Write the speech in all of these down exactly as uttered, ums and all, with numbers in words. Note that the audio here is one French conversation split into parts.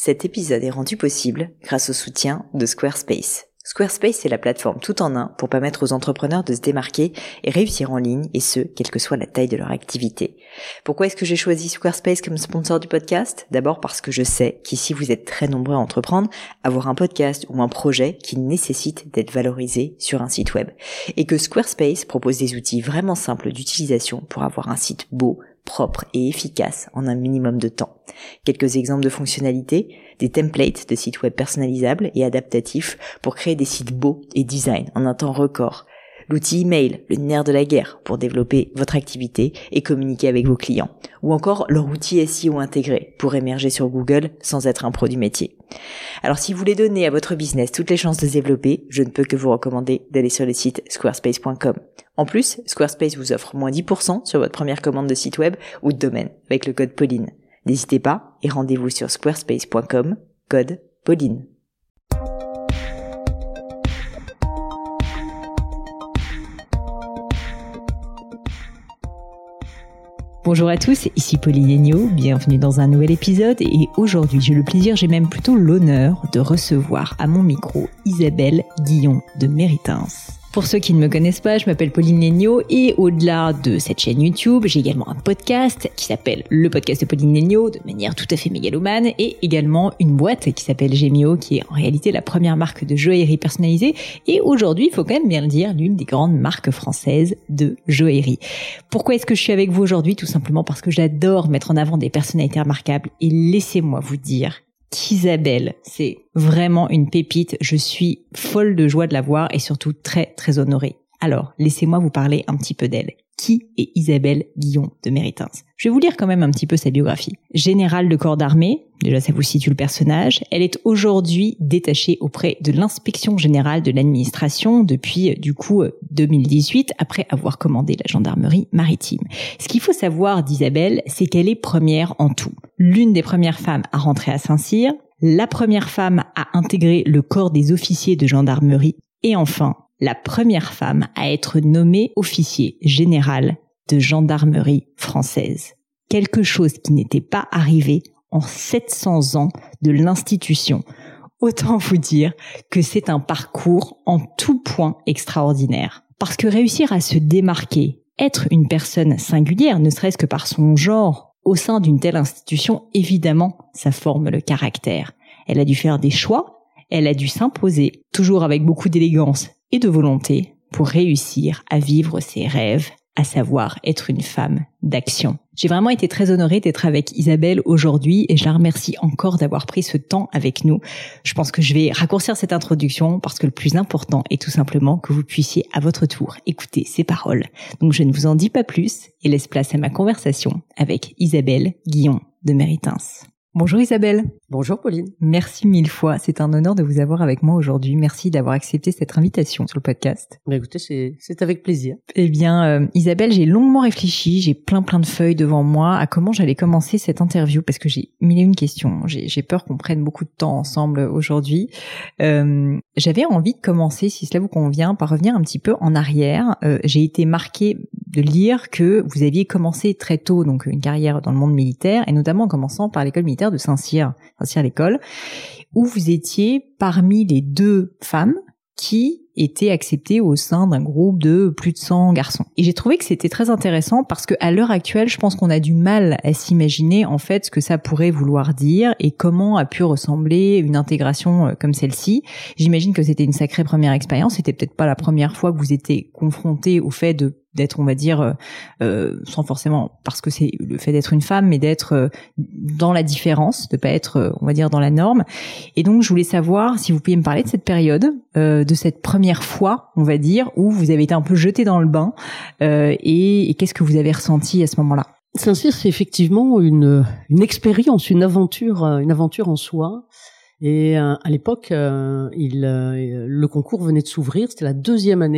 Cet épisode est rendu possible grâce au soutien de Squarespace. Squarespace est la plateforme tout en un pour permettre aux entrepreneurs de se démarquer et réussir en ligne, et ce, quelle que soit la taille de leur activité. Pourquoi est-ce que j'ai choisi Squarespace comme sponsor du podcast ? D'abord parce que je sais qu'ici vous êtes très nombreux à entreprendre, avoir un podcast ou un projet qui nécessite d'être valorisé sur un site web. Et que Squarespace propose des outils vraiment simples d'utilisation pour avoir un site beau, propre et efficace en un minimum de temps. Quelques exemples de fonctionnalités, des templates de sites web personnalisables et adaptatifs pour créer des sites beaux et design en un temps record. L'outil email, le nerf de la guerre pour développer votre activité et communiquer avec vos clients. Ou encore leur outil S E O intégré pour émerger sur Google sans être un pro du métier. Alors si vous voulez donner à votre business toutes les chances de se développer, je ne peux que vous recommander d'aller sur le site squarespace point com. En plus, Squarespace vous offre moins dix pour cent sur votre première commande de site web ou de domaine avec le code Pauline. N'hésitez pas et rendez-vous sur squarespace point com, code Pauline. Bonjour à tous, ici Pauline Agneau, bienvenue dans un nouvel épisode et aujourd'hui j'ai le plaisir, j'ai même plutôt l'honneur de recevoir à mon micro Isabelle Guillon de Méritins. Pour ceux qui ne me connaissent pas, je m'appelle Pauline Agneau et au-delà de cette chaîne YouTube, j'ai également un podcast qui s'appelle le podcast de Pauline Agneau de manière tout à fait mégalomane et également une boîte qui s'appelle Gemio qui est en réalité la première marque de joaillerie personnalisée et aujourd'hui, il faut quand même bien le dire, l'une des grandes marques françaises de joaillerie. Pourquoi est-ce que je suis avec vous aujourd'hui ? Tout simplement parce que j'adore mettre en avant des personnalités remarquables et laissez-moi vous dire qu'Isabelle, c'est vraiment une pépite. Je suis folle de joie de la voir et surtout très, très honorée. Alors, laissez-moi vous parler un petit peu d'elle. Qui est Isabelle Guillon de Méritins ? Je vais vous lire quand même un petit peu sa biographie. Générale de corps d'armée, déjà ça vous situe le personnage. Elle est aujourd'hui détachée auprès de l'inspection générale de l'administration depuis du coup deux mille dix-huit, après avoir commandé la gendarmerie maritime. Ce qu'il faut savoir d'Isabelle, c'est qu'elle est première en tout. L'une des premières femmes à rentrer à Saint-Cyr, la première femme à intégrer le corps des officiers de gendarmerie et enfin la première femme à être nommée officier général de gendarmerie française. Quelque chose qui n'était pas arrivé en sept cents ans de l'institution. Autant vous dire que c'est un parcours en tout point extraordinaire. Parce que réussir à se démarquer, être une personne singulière, ne serait-ce que par son genre, au sein d'une telle institution, évidemment, ça forme le caractère. Elle a dû faire des choix, elle a dû s'imposer, toujours avec beaucoup d'élégance et de volonté, pour réussir à vivre ses rêves, à savoir être une femme d'action. J'ai vraiment été très honorée d'être avec Isabelle aujourd'hui et je la remercie encore d'avoir pris ce temps avec nous. Je pense que je vais raccourcir cette introduction parce que le plus important est tout simplement que vous puissiez à votre tour écouter ses paroles. Donc je ne vous en dis pas plus et laisse place à ma conversation avec Isabelle Guillon de Méritins. Bonjour Isabelle. Bonjour Pauline. Merci mille fois, c'est un honneur de vous avoir avec moi aujourd'hui. Merci d'avoir accepté cette invitation sur le podcast. Bah écoutez, c'est c'est avec plaisir. Eh bien euh, Isabelle, j'ai longuement réfléchi, j'ai plein plein de feuilles devant moi à comment j'allais commencer cette interview parce que j'ai mille et une questions. J'ai j'ai peur qu'on prenne beaucoup de temps ensemble aujourd'hui. Euh, j'avais envie de commencer, si cela vous convient, par revenir un petit peu en arrière. Euh, j'ai été marquée de lire que vous aviez commencé très tôt donc une carrière dans le monde militaire et notamment en commençant par l'école militaire de Saint-Cyr, Saint-Cyr l'école, où vous étiez parmi les deux femmes qui étaient acceptées au sein d'un groupe de plus de cent garçons. Et j'ai trouvé que c'était très intéressant parce que à l'heure actuelle, je pense qu'on a du mal à s'imaginer en fait ce que ça pourrait vouloir dire et comment a pu ressembler une intégration comme celle-ci. J'imagine que c'était une sacrée première expérience. C'était peut-être pas la première fois que vous étiez confrontés au fait de d'être, on va dire, euh, sans forcément, parce que c'est le fait d'être une femme, mais d'être euh, dans la différence, de pas être, euh, on va dire, dans la norme. Et donc, je voulais savoir si vous pouviez me parler de cette période, euh, de cette première fois, on va dire, où vous avez été un peu jeté dans le bain, euh, et, et qu'est-ce que vous avez ressenti à ce moment-là ? Saint-Cyr, c'est effectivement une une expérience, une aventure, une aventure en soi. Et euh, à l'époque, euh, il, euh, le concours venait de s'ouvrir, c'était la deuxième année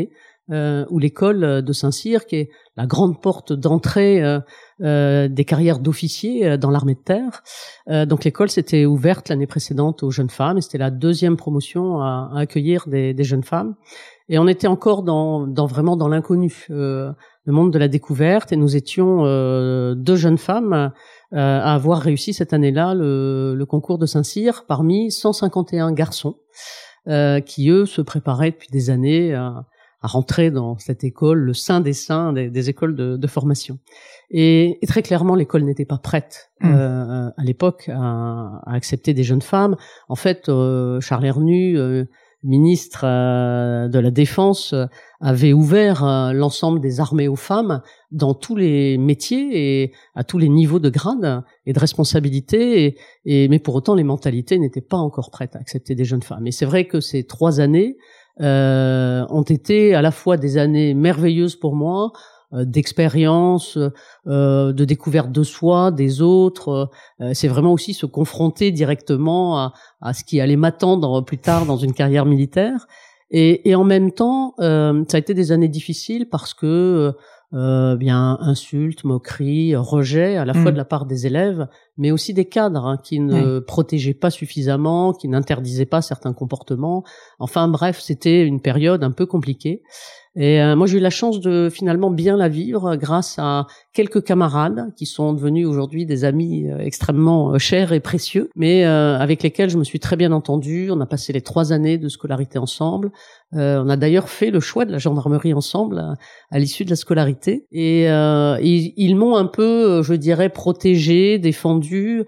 euh, où l'école de Saint-Cyr, qui est la grande porte d'entrée euh, euh, des carrières d'officiers euh, dans l'armée de terre. Euh, donc l'école s'était ouverte l'année précédente aux jeunes femmes, et c'était la deuxième promotion à, à accueillir des, des jeunes femmes. Et on était encore dans, dans vraiment dans l'inconnu, euh, le monde de la découverte, et nous étions euh, deux jeunes femmes euh, à avoir réussi cette année-là le, le concours de Saint-Cyr parmi cent cinquante et un garçons euh, qui, eux, se préparaient depuis des années à, à rentrer dans cette école, le saint des saints des, des écoles de, de formation. Et, et très clairement, l'école n'était pas prête mmh. euh, à l'époque à, à accepter des jeunes femmes. En fait, euh, Charles Hernu, euh, ministre euh, de la Défense, euh, avait ouvert euh, l'ensemble des armées aux femmes dans tous les métiers et à tous les niveaux de grade et de responsabilité. Et, et, mais pour autant, les mentalités n'étaient pas encore prêtes à accepter des jeunes femmes. Et c'est vrai que ces trois années euh, ont été à la fois des années merveilleuses pour moi, d'expérience, euh, de découverte de soi, des autres. Euh, c'est vraiment aussi se confronter directement à, à ce qui allait m'attendre plus tard dans une carrière militaire. Et, et en même temps, euh, ça a été des années difficiles parce que euh, bien insultes, moqueries, rejets à la mmh. fois de la part des élèves, mais aussi des cadres hein, qui ne ouais. protégeaient pas suffisamment, qui n'interdisaient pas certains comportements. Enfin bref, c'était une période un peu compliquée. Et euh, moi, j'ai eu la chance de finalement bien la vivre grâce à quelques camarades qui sont devenus aujourd'hui des amis euh, extrêmement euh, chers et précieux, mais euh, avec lesquels je me suis très bien entendue. On a passé les trois années de scolarité ensemble. Euh, on a d'ailleurs fait le choix de la gendarmerie ensemble à, à l'issue de la scolarité. Et euh, ils, ils m'ont un peu, je dirais, protégée, défendue.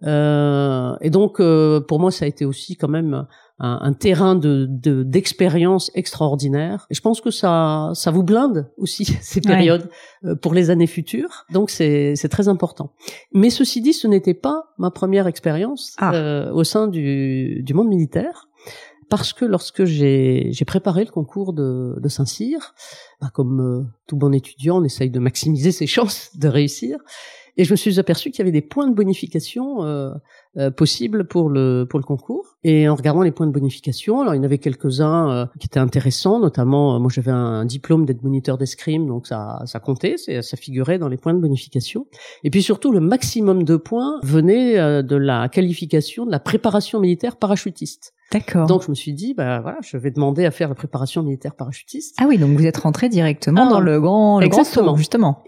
Euh, et donc, euh, pour moi, ça a été aussi quand même un, un terrain de, de d'expérience extraordinaire. Et je pense que ça, ça vous blinde aussi ces périodes ouais. euh, pour les années futures. Donc, c'est, c'est très important. Mais ceci dit, ce n'était pas ma première expérience ah. euh, au sein du, du monde militaire. Parce que lorsque j'ai, j'ai préparé le concours de, de Saint-Cyr, bah comme euh, tout bon étudiant, on essaye de maximiser ses chances de réussir. Et je me suis aperçu qu'il y avait des points de bonification euh, euh, possibles pour le pour le concours. Et en regardant les points de bonification, alors il y en avait quelques-uns euh, qui étaient intéressants, notamment euh, moi j'avais un diplôme d'être moniteur d'escrime, donc ça ça comptait, c'est, ça figurait dans les points de bonification. Et puis surtout le maximum de points venait euh, de la qualification de la préparation militaire parachutiste. D'accord. Donc je me suis dit, bah voilà, je vais demander à faire la préparation militaire parachutiste. Ah oui, donc vous êtes rentré directement ah, dans le grand, le grand saut, justement.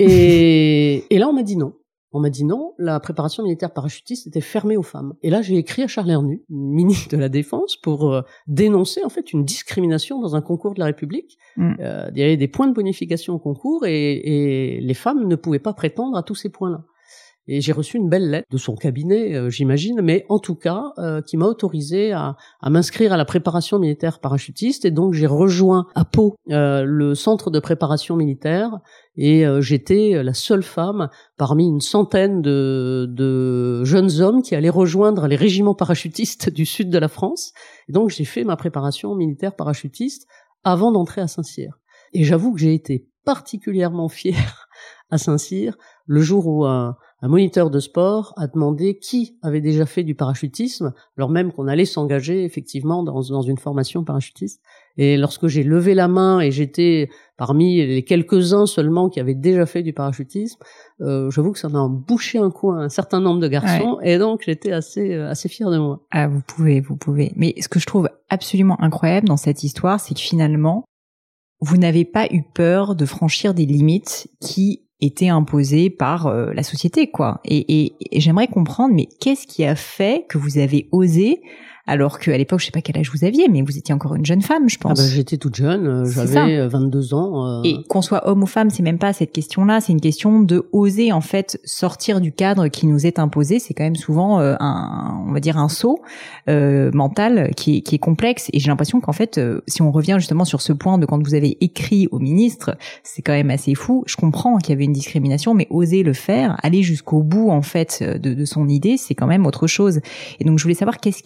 Et, et là on m'a dit non. On m'a dit non, la préparation militaire parachutiste était fermée aux femmes. Et là, j'ai écrit à Charles Hernu, ministre de la Défense, pour euh, dénoncer en fait une discrimination dans un concours de la République. Mm. Euh, il y avait des points de bonification au concours et, et les femmes ne pouvaient pas prétendre à tous ces points-là. Et j'ai reçu une belle lettre de son cabinet, euh, j'imagine, mais en tout cas, euh, qui m'a autorisé à, à m'inscrire à la préparation militaire parachutiste. Et donc, j'ai rejoint à Pau euh, le centre de préparation militaire. Et euh, j'étais la seule femme parmi une centaine de, de jeunes hommes qui allaient rejoindre les régiments parachutistes du sud de la France. Et donc, j'ai fait ma préparation militaire parachutiste avant d'entrer à Saint-Cyr. Et j'avoue que j'ai été particulièrement fière à Saint-Cyr le jour où un, un moniteur de sport a demandé qui avait déjà fait du parachutisme, alors même qu'on allait s'engager effectivement dans, dans une formation parachutiste. Et lorsque j'ai levé la main et j'étais parmi les quelques-uns seulement qui avaient déjà fait du parachutisme, euh, j'avoue que ça m'a bouché un coup à un certain nombre de garçons, ouais. Et donc j'étais assez assez fière de moi. Ah, vous pouvez, vous pouvez. Mais ce que je trouve absolument incroyable dans cette histoire, c'est que finalement, vous n'avez pas eu peur de franchir des limites qui étaient imposées par euh, la société, quoi. Et, et, et j'aimerais comprendre, mais qu'est-ce qui a fait que vous avez osé, alors qu'à l'époque, je sais pas quel âge vous aviez, mais vous étiez encore une jeune femme, je pense. Ah bah, j'étais toute jeune, euh, j'avais vingt-deux ans. Euh... Et qu'on soit homme ou femme, c'est même pas cette question-là, c'est une question de oser en fait sortir du cadre qui nous est imposé. C'est quand même souvent euh, un, on va dire un saut euh, mental qui est, qui est complexe. Et j'ai l'impression qu'en fait, euh, si on revient justement sur ce point de quand vous avez écrit au ministre, c'est quand même assez fou. Je comprends qu'il y avait une discrimination, mais oser le faire, aller jusqu'au bout en fait de, de son idée, c'est quand même autre chose. Et donc je voulais savoir qu'est-ce qui pour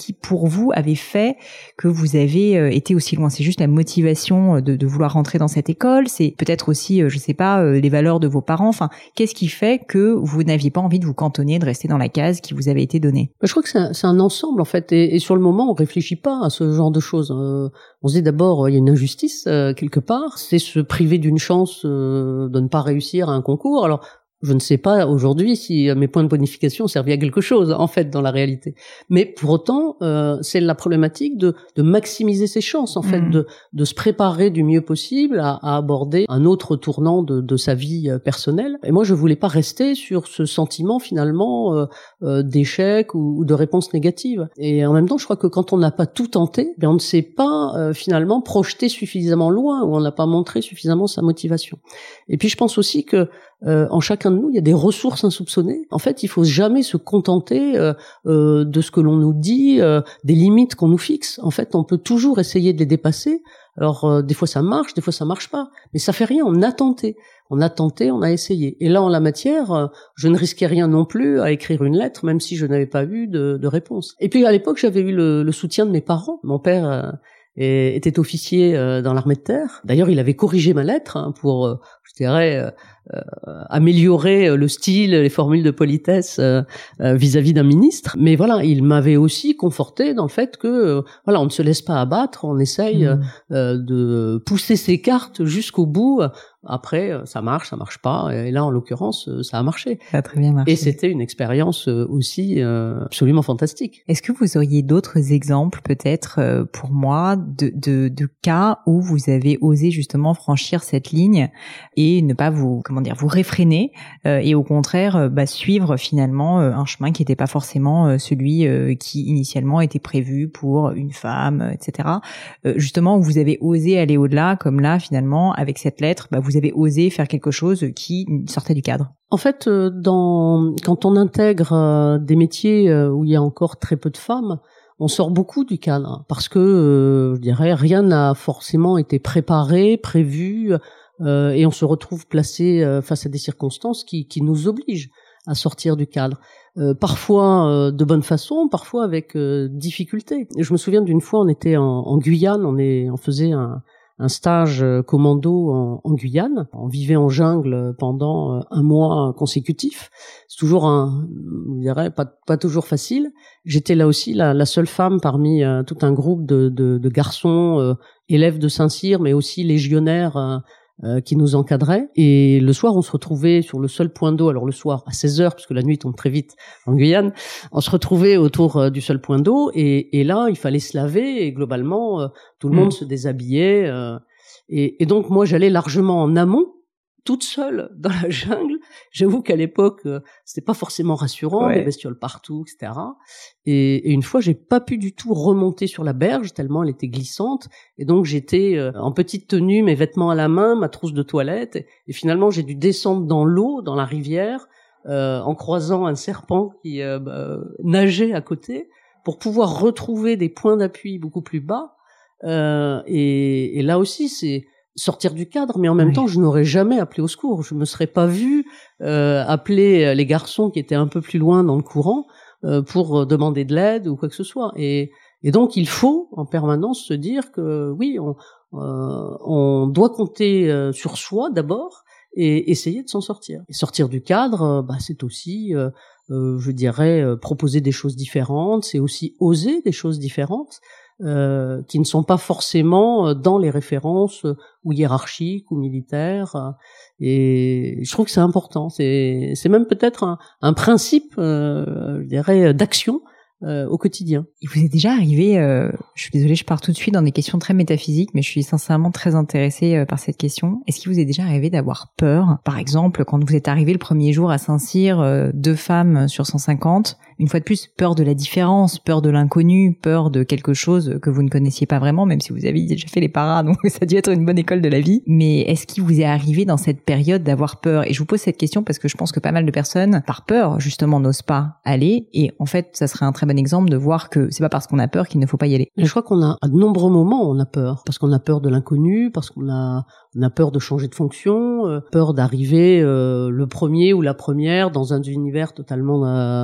vous avait fait que vous avez euh, été aussi loin? C'est juste la motivation de, de vouloir rentrer dans cette école? C'est peut-être aussi, euh, je sais pas, euh, les valeurs de vos parents? Enfin, qu'est-ce qui fait que vous n'aviez pas envie de vous cantonner, de rester dans la case qui vous avait été donnée? Je crois que c'est un, c'est un ensemble, en fait. Et, et sur le moment, on réfléchit pas à ce genre de choses. Euh, on se dit d'abord, il y a une injustice euh, quelque part. C'est se priver d'une chance euh, de ne pas réussir à un concours. Alors, je ne sais pas aujourd'hui si mes points de bonification servaient à quelque chose, en fait, dans la réalité. Mais pour autant, euh, c'est la problématique de, de maximiser ses chances, en fait, mmh. de, de se préparer du mieux possible à, à aborder un autre tournant de, de sa vie personnelle. Et moi, je voulais pas rester sur ce sentiment, finalement, euh, euh, d'échec ou, ou de réponse négative. Et en même temps, je crois que quand on n'a pas tout tenté, bien, on ne s'est pas, euh, finalement, projeté suffisamment loin, ou on n'a pas montré suffisamment sa motivation. Et puis, je pense aussi que Euh, en chacun de nous, il y a des ressources insoupçonnées. En fait, il faut jamais se contenter euh, euh, de ce que l'on nous dit, euh, des limites qu'on nous fixe. En fait, on peut toujours essayer de les dépasser. Alors, euh, des fois ça marche, des fois ça marche pas, mais ça fait rien. On a tenté, on a tenté, on a essayé. Et là, en la matière, euh, je ne risquais rien non plus à écrire une lettre, même si je n'avais pas eu de, de réponse. Et puis à l'époque, j'avais eu le, le soutien de mes parents. Mon père euh, était officier euh, dans l'armée de terre. D'ailleurs, il avait corrigé ma lettre hein, pour, euh, je dirais. Euh, Euh, améliorer le style, les formules de politesse euh, euh, vis-à-vis d'un ministre. Mais voilà, il m'avait aussi conforté dans le fait que euh, voilà, on ne se laisse pas abattre, on essaye mmh. euh, de pousser ses cartes jusqu'au bout. Après, ça marche, ça marche pas. Et là, en l'occurrence, ça a marché. Ça a très bien marché. Et c'était une expérience aussi euh, absolument fantastique. Est-ce que vous auriez d'autres exemples, peut-être, euh, pour moi, de, de, de cas où vous avez osé justement franchir cette ligne et ne pas vous, comment dire, vous réfréner euh, et au contraire, euh, bah, suivre finalement euh, un chemin qui n'était pas forcément euh, celui euh, qui initialement était prévu pour une femme, euh, et cetera. Euh, justement, où vous avez osé aller au-delà, comme là, finalement, avec cette lettre, bah, vous avez osé faire quelque chose qui sortait du cadre. En fait, euh, dans, quand on intègre euh, des métiers euh, où il y a encore très peu de femmes, on sort beaucoup du cadre parce que, euh, je dirais, rien n'a forcément été préparé, prévu, euh, et on se retrouve placé euh, face à des circonstances qui, qui nous obligent à sortir du cadre. Euh, parfois euh, de bonne façon, parfois avec euh, difficulté. Et je me souviens d'une fois, on était en, en Guyane, on, est, on faisait un un stage commando en, en Guyane. On vivait en jungle pendant un mois consécutif. C'est toujours un, je dirais, pas, pas toujours facile. J'étais là aussi la, la seule femme parmi euh, tout un groupe de, de, de garçons, euh, élèves de Saint-Cyr, mais aussi légionnaires euh, euh, qui nous encadraient. Et le soir, on se retrouvait sur le seul point d'eau. Alors le soir, à seize heures, parce que la nuit tombe très vite en Guyane, on se retrouvait autour euh, du seul point d'eau. Et, et là, il fallait se laver. Et globalement, euh, tout le mmh. monde se déshabillait. Euh, et, et donc, moi, j'allais largement en amont, toute seule dans la jungle. J'avoue qu'à l'époque, euh, c'était pas forcément rassurant, ouais. Des bestioles partout, et cetera. Et, et une fois, j'ai pas pu du tout remonter sur la berge tellement elle était glissante. Et donc, j'étais euh, en petite tenue, mes vêtements à la main, ma trousse de toilette. Et, et finalement, j'ai dû descendre dans l'eau, dans la rivière, euh, en croisant un serpent qui euh, bah, nageait à côté, pour pouvoir retrouver des points d'appui beaucoup plus bas. Euh, et, et là aussi, c'est sortir du cadre, mais en même oui. temps, je n'aurais jamais appelé au secours. Je me serais pas vue euh, appeler les garçons qui étaient un peu plus loin dans le courant euh, pour demander de l'aide ou quoi que ce soit. Et, et donc, il faut en permanence se dire que oui, on, euh, on doit compter euh, sur soi d'abord et essayer de s'en sortir. Et sortir du cadre, euh, bah, c'est aussi, euh, euh, je dirais, euh, proposer des choses différentes. C'est aussi oser des choses différentes. Euh, qui ne sont pas forcément dans les références ou hiérarchiques ou militaires, et je trouve que c'est important. C'est, c'est même peut-être un, un principe, euh, je dirais, d'action euh, au quotidien. Il vous est déjà arrivé, euh, je suis désolée, je pars tout de suite dans des questions très métaphysiques, mais je suis sincèrement très intéressée euh, par cette question. Est-ce qu'il vous est déjà arrivé d'avoir peur? Par exemple, quand vous êtes arrivé le premier jour à Saint-Cyr, euh, deux femmes sur cent cinquante, une fois de plus, peur de la différence, peur de l'inconnu, peur de quelque chose que vous ne connaissiez pas vraiment, même si vous avez déjà fait les paras, donc ça a dû être une bonne école de la vie. Mais est-ce qu'il vous est arrivé dans cette période d'avoir peur? Et je vous pose cette question parce que je pense que pas mal de personnes, par peur, justement, n'osent pas aller. Et en fait, ça serait un très bon exemple de voir que c'est pas parce qu'on a peur qu'il ne faut pas y aller. Et je crois qu'on a, à de nombreux moments, on a peur. Parce qu'on a peur de l'inconnu, parce qu'on a, on a peur de changer de fonction, euh, peur d'arriver euh, le premier ou la première dans un univers totalement euh,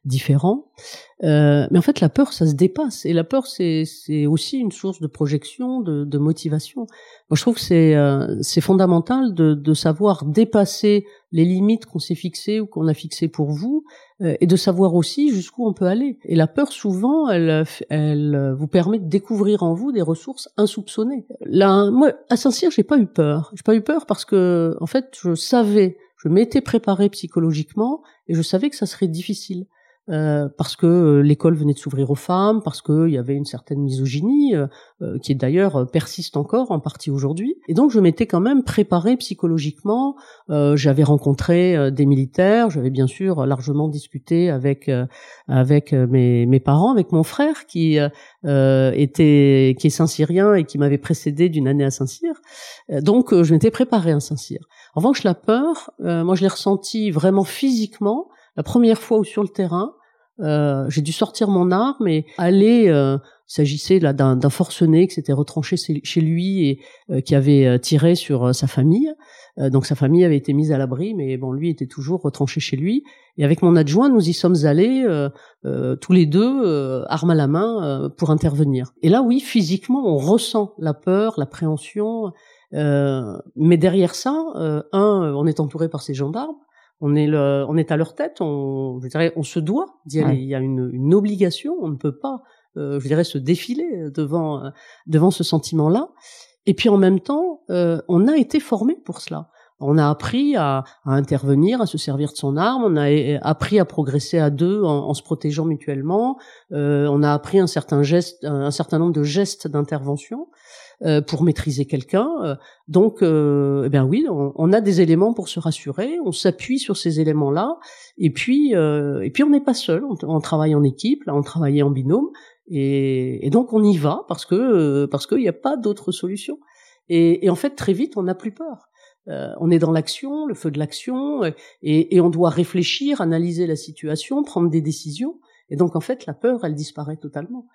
différents. Euh, mais en fait, la peur, ça se dépasse. Et la peur, c'est, c'est aussi une source de projection, de, de motivation. Moi, je trouve que c'est, euh, c'est fondamental de, de savoir dépasser les limites qu'on s'est fixées ou qu'on a fixées pour vous, euh, et de savoir aussi jusqu'où on peut aller. Et la peur, souvent, elle, elle vous permet de découvrir en vous des ressources insoupçonnées. Là, moi, à Saint-Cyr, j'ai pas eu peur. J'ai pas eu peur parce que, en fait, je savais, je m'étais préparée psychologiquement et je savais que ça serait difficile. Euh, parce que euh, l'école venait de s'ouvrir aux femmes, parce qu'il y avait une certaine misogynie euh, euh, qui d'ailleurs euh, persiste encore en partie aujourd'hui. Et donc je m'étais quand même préparée psychologiquement. Euh, j'avais rencontré euh, des militaires, j'avais bien sûr largement discuté avec euh, avec euh, mes mes parents, avec mon frère qui euh, était qui est Saint-Cyrien et qui m'avait précédé d'une année à Saint-Cyr. Euh, donc euh, je m'étais préparée à Saint-Cyr. En revanche, la peur, euh, moi je l'ai ressentie vraiment physiquement. La première fois où sur le terrain, euh, j'ai dû sortir mon arme et aller. Euh, il s'agissait là d'un, d'un forcené qui s'était retranché chez lui et euh, qui avait euh, tiré sur euh, sa famille. Euh, donc sa famille avait été mise à l'abri, mais bon, lui était toujours retranché chez lui. Et avec mon adjoint, nous y sommes allés euh, euh, tous les deux, euh, armes à la main, euh, pour intervenir. Et là, oui, physiquement, on ressent la peur, l'appréhension. Euh, mais derrière ça, euh, un, on est entouré par ces gendarmes. On est le, on est à leur tête. On, je dirais, on se doit d'y aller. Ouais. Il y a une, une obligation. On ne peut pas, euh, je dirais, se défiler devant, euh, devant ce sentiment-là. Et puis en même temps, euh, on a été formé pour cela. On a appris à, à intervenir, à se servir de son arme. On a appris à progresser à deux en, en se protégeant mutuellement. Euh, on a appris un certain geste, un certain nombre de gestes d'intervention. Euh, pour maîtriser quelqu'un. Euh, donc, euh, eh bien oui, on, on a des éléments pour se rassurer, on s'appuie sur ces éléments-là, et puis, euh, et puis on n'est pas seul, on, on travaille en équipe, là on travaille en binôme, et, et donc on y va parce que euh, parce qu'il n'y a pas d'autre solution. Et, et en fait, très vite, on n'a plus peur. Euh, on est dans l'action, le feu de l'action, et, et on doit réfléchir, analyser la situation, prendre des décisions. Et donc, en fait, la peur, elle disparaît totalement.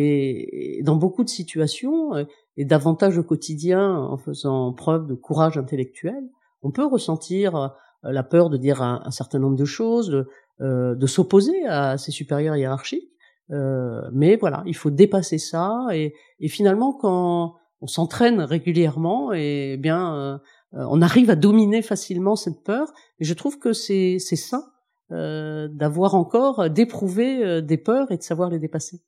Et dans beaucoup de situations, et davantage au quotidien, en faisant preuve de courage intellectuel, on peut ressentir la peur de dire un, un certain nombre de choses, de, euh, de s'opposer à ses supérieurs hiérarchiques. Euh, mais voilà, il faut dépasser ça. Et, et finalement, quand on s'entraîne régulièrement, et bien, euh, on arrive à dominer facilement cette peur. Et je trouve que c'est, c'est sain euh, d'avoir encore d'éprouver euh, des peurs et de savoir les dépasser.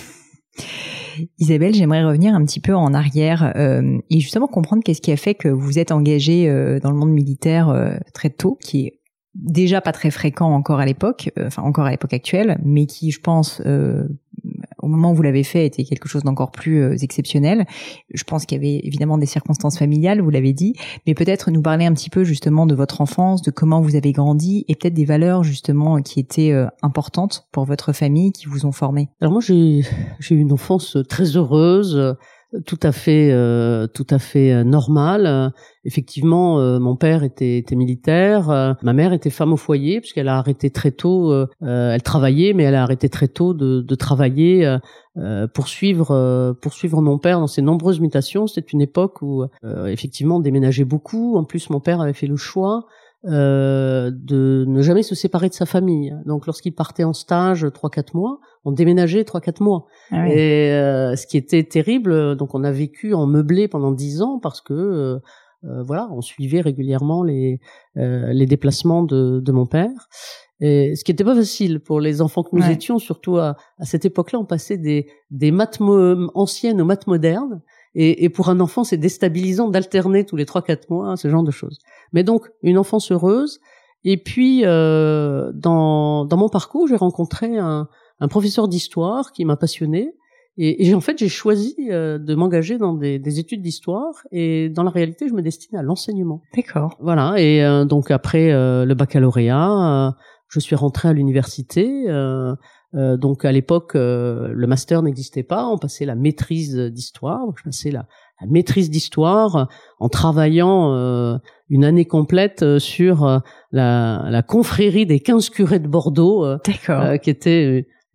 Isabelle, j'aimerais revenir un petit peu en arrière euh, et justement comprendre qu'est-ce qui a fait que vous êtes engagée euh, dans le monde militaire euh, très tôt, qui est déjà pas très fréquent encore à l'époque, euh, enfin encore à l'époque actuelle, mais qui, je pense, euh, au moment où vous l'avez fait, était quelque chose d'encore plus euh, exceptionnel. Je pense qu'il y avait évidemment des circonstances familiales, vous l'avez dit, mais peut-être nous parler un petit peu justement de votre enfance, de comment vous avez grandi et peut-être des valeurs justement qui étaient euh, importantes pour votre famille, qui vous ont formé. Alors moi, j'ai, j'ai eu une enfance très heureuse, tout à fait, euh, tout à fait euh, normale. Euh, effectivement, euh, mon père était, était militaire, euh, ma mère était femme au foyer puisqu'elle a arrêté très tôt. Euh, euh, elle travaillait, mais elle a arrêté très tôt de, de travailler euh, euh, pour suivre, euh, pour suivre mon père dans ses nombreuses mutations. C'était une époque où euh, effectivement on déménageait beaucoup. En plus, mon père avait fait le choix Euh, de ne jamais se séparer de sa famille. Donc, lorsqu'il partait en stage trois quatre mois, on déménageait trois quatre mois. Ah oui. Et euh, ce qui était terrible, donc on a vécu en meublé pendant dix ans parce que euh, euh, voilà, on suivait régulièrement les euh, les déplacements de, de mon père. Et ce qui était pas facile pour les enfants que nous ouais. étions, surtout à, à cette époque-là, on passait des des maths mo- anciennes aux maths modernes. Et, et pour un enfant, c'est déstabilisant d'alterner tous les trois quatre mois, hein, ce genre de choses. Mais donc, une enfance heureuse. Et puis, euh, dans, dans mon parcours, j'ai rencontré un, un professeur d'histoire qui m'a passionné. Et, et en fait, j'ai choisi euh, de m'engager dans des, des études d'histoire. Et dans la réalité, je me destinais à l'enseignement. D'accord. Voilà. Et euh, donc, après euh, le baccalauréat, euh, je suis rentrée à l'université. Euh, Euh, donc à l'époque, euh, le master n'existait pas. On passait la maîtrise d'histoire. Donc, je passais la, la maîtrise d'histoire en travaillant euh, une année complète sur euh, la, la confrérie des quinze curés de Bordeaux, euh, euh, qui était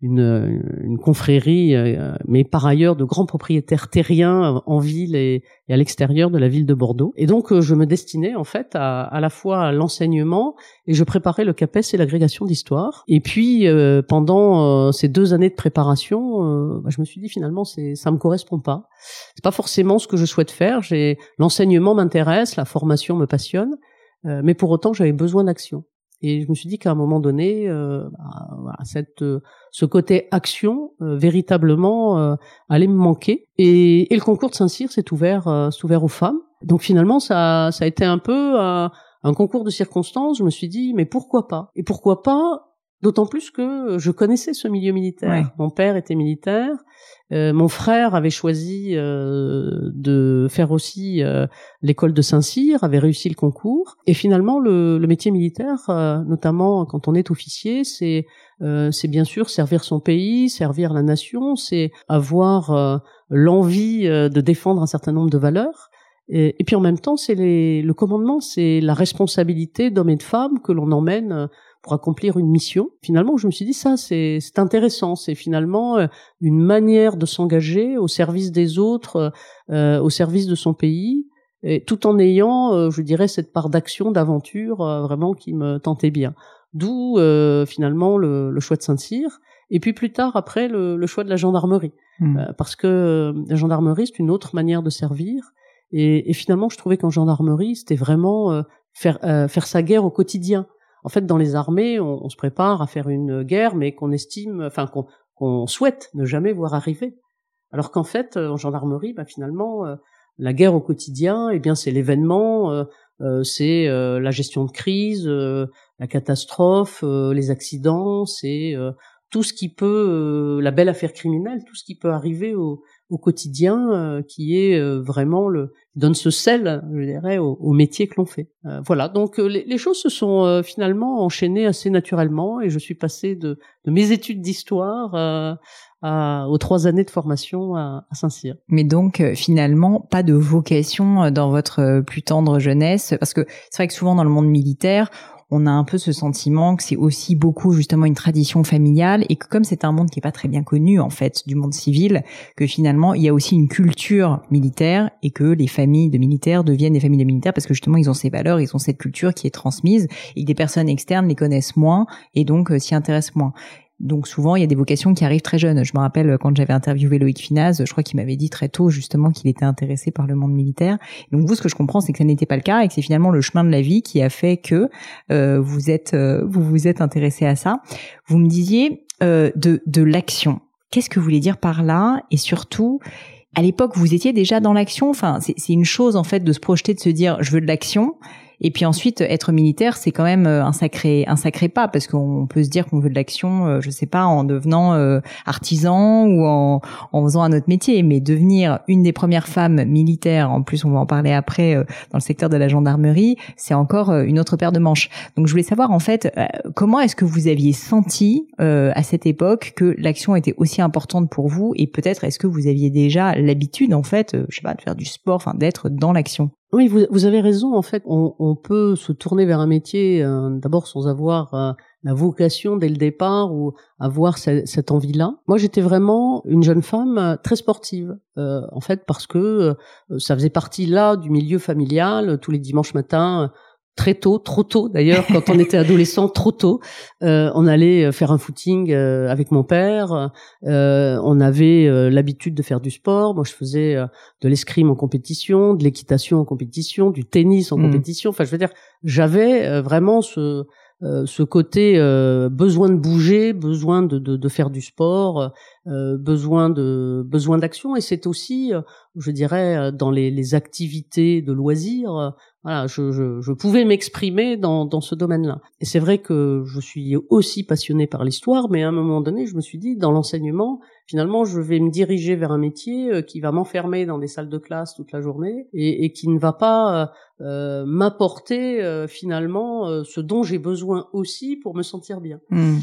une, une confrérie, euh, mais par ailleurs de grands propriétaires terriens en ville et, et à l'extérieur de la ville de Bordeaux. Et donc, euh, je me destinais en fait à, à la fois à l'enseignement et je préparais le CAPES et l'agrégation d'histoire. Et puis, euh, pendant euh, ces deux années de préparation, euh, bah, je me suis dit finalement, c'est, ça me correspond pas. C'est pas forcément ce que je souhaite faire. J'ai, l'enseignement m'intéresse, la formation me passionne, euh, mais pour autant, j'avais besoin d'action. Et je me suis dit qu'à un moment donné, euh, bah, voilà, cette, euh, ce côté action, euh, véritablement, euh, allait me manquer. Et, et le concours de Saint-Cyr s'est ouvert, euh, s'est ouvert aux femmes. Donc finalement, ça, ça a été un peu euh, un concours de circonstances. Je me suis dit, mais pourquoi pas ? Et pourquoi pas ? D'autant plus que je connaissais ce milieu militaire. Ouais. Mon père était militaire. Euh, mon frère avait choisi euh, de faire aussi euh, l'école de Saint-Cyr, avait réussi le concours. Et finalement, le, le métier militaire, euh, notamment quand on est officier, c'est euh, c'est bien sûr servir son pays, servir la nation, c'est avoir euh, l'envie euh, de défendre un certain nombre de valeurs. Et, et puis en même temps, c'est les, le commandement, c'est la responsabilité d'hommes et de femmes que l'on emmène euh, pour accomplir une mission. Finalement, je me suis dit, ça, c'est, c'est intéressant. C'est finalement euh, une manière de s'engager au service des autres, euh, au service de son pays, et tout en ayant, euh, je dirais, cette part d'action, d'aventure, euh, vraiment qui me tentait bien. D'où, euh, finalement, le, le choix de Saint-Cyr. Et puis plus tard, après, le, le choix de la gendarmerie. Mmh. Euh, parce que euh, la gendarmerie, c'est une autre manière de servir. Et, et finalement, je trouvais qu'en gendarmerie, c'était vraiment euh, faire, euh, faire sa guerre au quotidien. En fait, dans les armées, on, on se prépare à faire une guerre, mais qu'on estime, enfin qu'on, qu'on souhaite ne jamais voir arriver. Alors qu'en fait, en gendarmerie, bah, finalement, euh, la guerre au quotidien, eh bien, c'est l'événement, euh, euh, c'est euh, la gestion de crise, euh, la catastrophe, euh, les accidents, c'est euh, tout ce qui peut, euh, la belle affaire criminelle, tout ce qui peut arriver au, au quotidien, euh, qui est euh, vraiment le donne ce sel, je dirais, au, au métier que l'on fait. Euh, voilà, donc euh, les, les choses se sont euh, finalement enchaînées assez naturellement et je suis passée de, de mes études d'histoire euh, à, aux trois années de formation à, à Saint-Cyr. Mais donc euh, finalement pas de vocation dans votre plus tendre jeunesse, parce que c'est vrai que souvent dans le monde militaire, on a un peu ce sentiment que c'est aussi beaucoup justement une tradition familiale et que comme c'est un monde qui est pas très bien connu en fait du monde civil, que finalement il y a aussi une culture militaire et que les familles de militaires deviennent des familles de militaires parce que justement ils ont ces valeurs, ils ont cette culture qui est transmise et que des personnes externes les connaissent moins et donc euh, s'y intéressent moins. Donc souvent, il y a des vocations qui arrivent très jeunes. Je me rappelle quand j'avais interviewé Loïc Finaz, je crois qu'il m'avait dit très tôt justement qu'il était intéressé par le monde militaire. Donc vous, ce que je comprends, c'est que ça n'était pas le cas et que c'est finalement le chemin de la vie qui a fait que euh, vous êtes euh, vous vous êtes intéressé à ça. Vous me disiez euh, de de l'action. Qu'est-ce que vous voulez dire par là? Et surtout, à l'époque, vous étiez déjà dans l'action. Enfin, c'est, c'est une chose en fait de se projeter, de se dire je veux de l'action. Et puis ensuite, être militaire, c'est quand même un sacré, un sacré pas, parce qu'on peut se dire qu'on veut de l'action, euh, je sais pas, en devenant euh, artisan ou en, en faisant un autre métier. Mais devenir une des premières femmes militaires, en plus on va en parler après, euh, dans le secteur de la gendarmerie, c'est encore euh, une autre paire de manches. Donc je voulais savoir en fait, euh, comment est-ce que vous aviez senti euh, à cette époque que l'action était aussi importante pour vous, et peut-être est-ce que vous aviez déjà l'habitude en fait, euh, je sais pas, de faire du sport, enfin d'être dans l'action? Oui, vous, vous avez raison. En fait, on, on peut se tourner vers un métier euh, d'abord sans avoir euh, la vocation dès le départ ou avoir ce, cette envie-là. Moi, j'étais vraiment une jeune femme euh, très sportive, euh, en fait, parce que euh, ça faisait partie là du milieu familial. Tous les dimanches matins, euh, très tôt, trop tôt d'ailleurs, quand on était adolescent, trop tôt, euh, on allait faire un footing euh, avec mon père. Euh, on avait euh, l'habitude de faire du sport. Moi, je faisais euh, de l'escrime en compétition, de l'équitation en compétition, du tennis en mmh. compétition. Enfin, je veux dire, j'avais euh, vraiment ce euh, ce côté euh, besoin de bouger, besoin de de, de faire du sport, euh, besoin de besoin d'action. Et c'est aussi, euh, je dirais, dans les, les activités de loisirs. Euh, Voilà, je, je, je pouvais m'exprimer dans, dans ce domaine-là. Et c'est vrai que je suis aussi passionnée par l'histoire, mais à un moment donné, je me suis dit, dans l'enseignement, finalement, je vais me diriger vers un métier qui va m'enfermer dans des salles de classe toute la journée et, et qui ne va pas euh, m'apporter euh, finalement euh, ce dont j'ai besoin aussi pour me sentir bien. Mmh.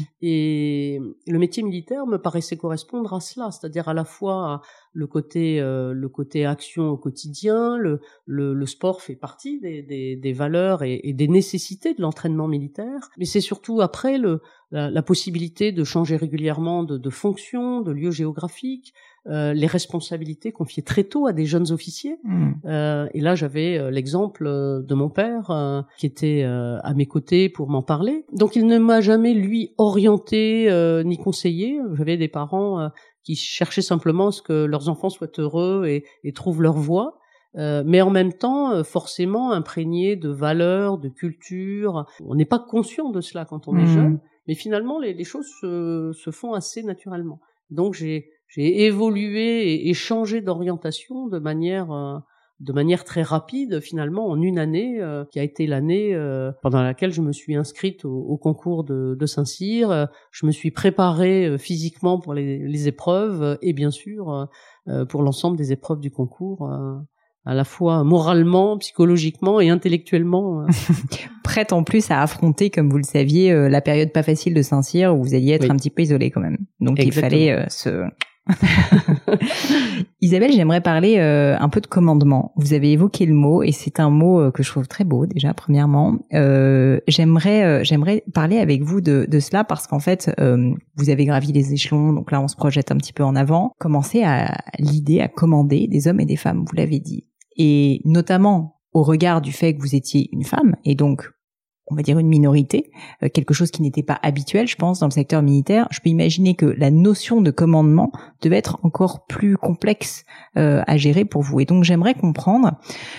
Et le métier militaire me paraissait correspondre à cela, c'est-à-dire à la fois le côté euh, le côté action au quotidien, le, le, le sport fait partie des des, des, des valeurs et, et des nécessités de l'entraînement militaire, mais c'est surtout après le, la, la possibilité de changer régulièrement de, de fonction, de lieu géographique, euh, les responsabilités confiées très tôt à des jeunes officiers. Mmh. Euh, et là, j'avais euh, l'exemple de mon père euh, qui était euh, à mes côtés pour m'en parler. Donc, il ne m'a jamais, lui, orienté euh, ni conseillé. J'avais des parents euh, qui cherchaient simplement à ce que leurs enfants soient heureux et, et trouvent leur voie. Euh, mais en même temps, euh, forcément imprégné de valeurs, de culture. On n'est pas conscient de cela quand on mmh. est jeune, mais finalement, les, les choses se, se font assez naturellement. Donc, j'ai, j'ai évolué et, et changé d'orientation de manière, euh, de manière très rapide, finalement, en une année, euh, qui a été l'année euh, pendant laquelle je me suis inscrite au, au concours de, de Saint-Cyr. Euh, je me suis préparée euh, physiquement pour les, les épreuves euh, et bien sûr euh, pour l'ensemble des épreuves du concours. Euh, à la fois moralement, psychologiquement et intellectuellement. Prête en plus à affronter, comme vous le saviez, euh, la période pas facile de Saint-Cyr où vous alliez être oui. un petit peu isolé quand même. Donc Exactement. Il fallait euh, se... Isabelle, j'aimerais parler euh, un peu de commandement. Vous avez évoqué le mot et c'est un mot euh, que je trouve très beau déjà premièrement. Euh, j'aimerais euh, j'aimerais parler avec vous de, de cela parce qu'en fait euh, vous avez gravi les échelons, donc là on se projette un petit peu en avant. Commencez à l'idée à commander des hommes et des femmes, vous l'avez dit, et notamment au regard du fait que vous étiez une femme et donc on va dire une minorité, euh, quelque chose qui n'était pas habituel, je pense, dans le secteur militaire. Je peux imaginer que la notion de commandement devait être encore plus complexe euh, à gérer pour vous. Et donc, j'aimerais comprendre,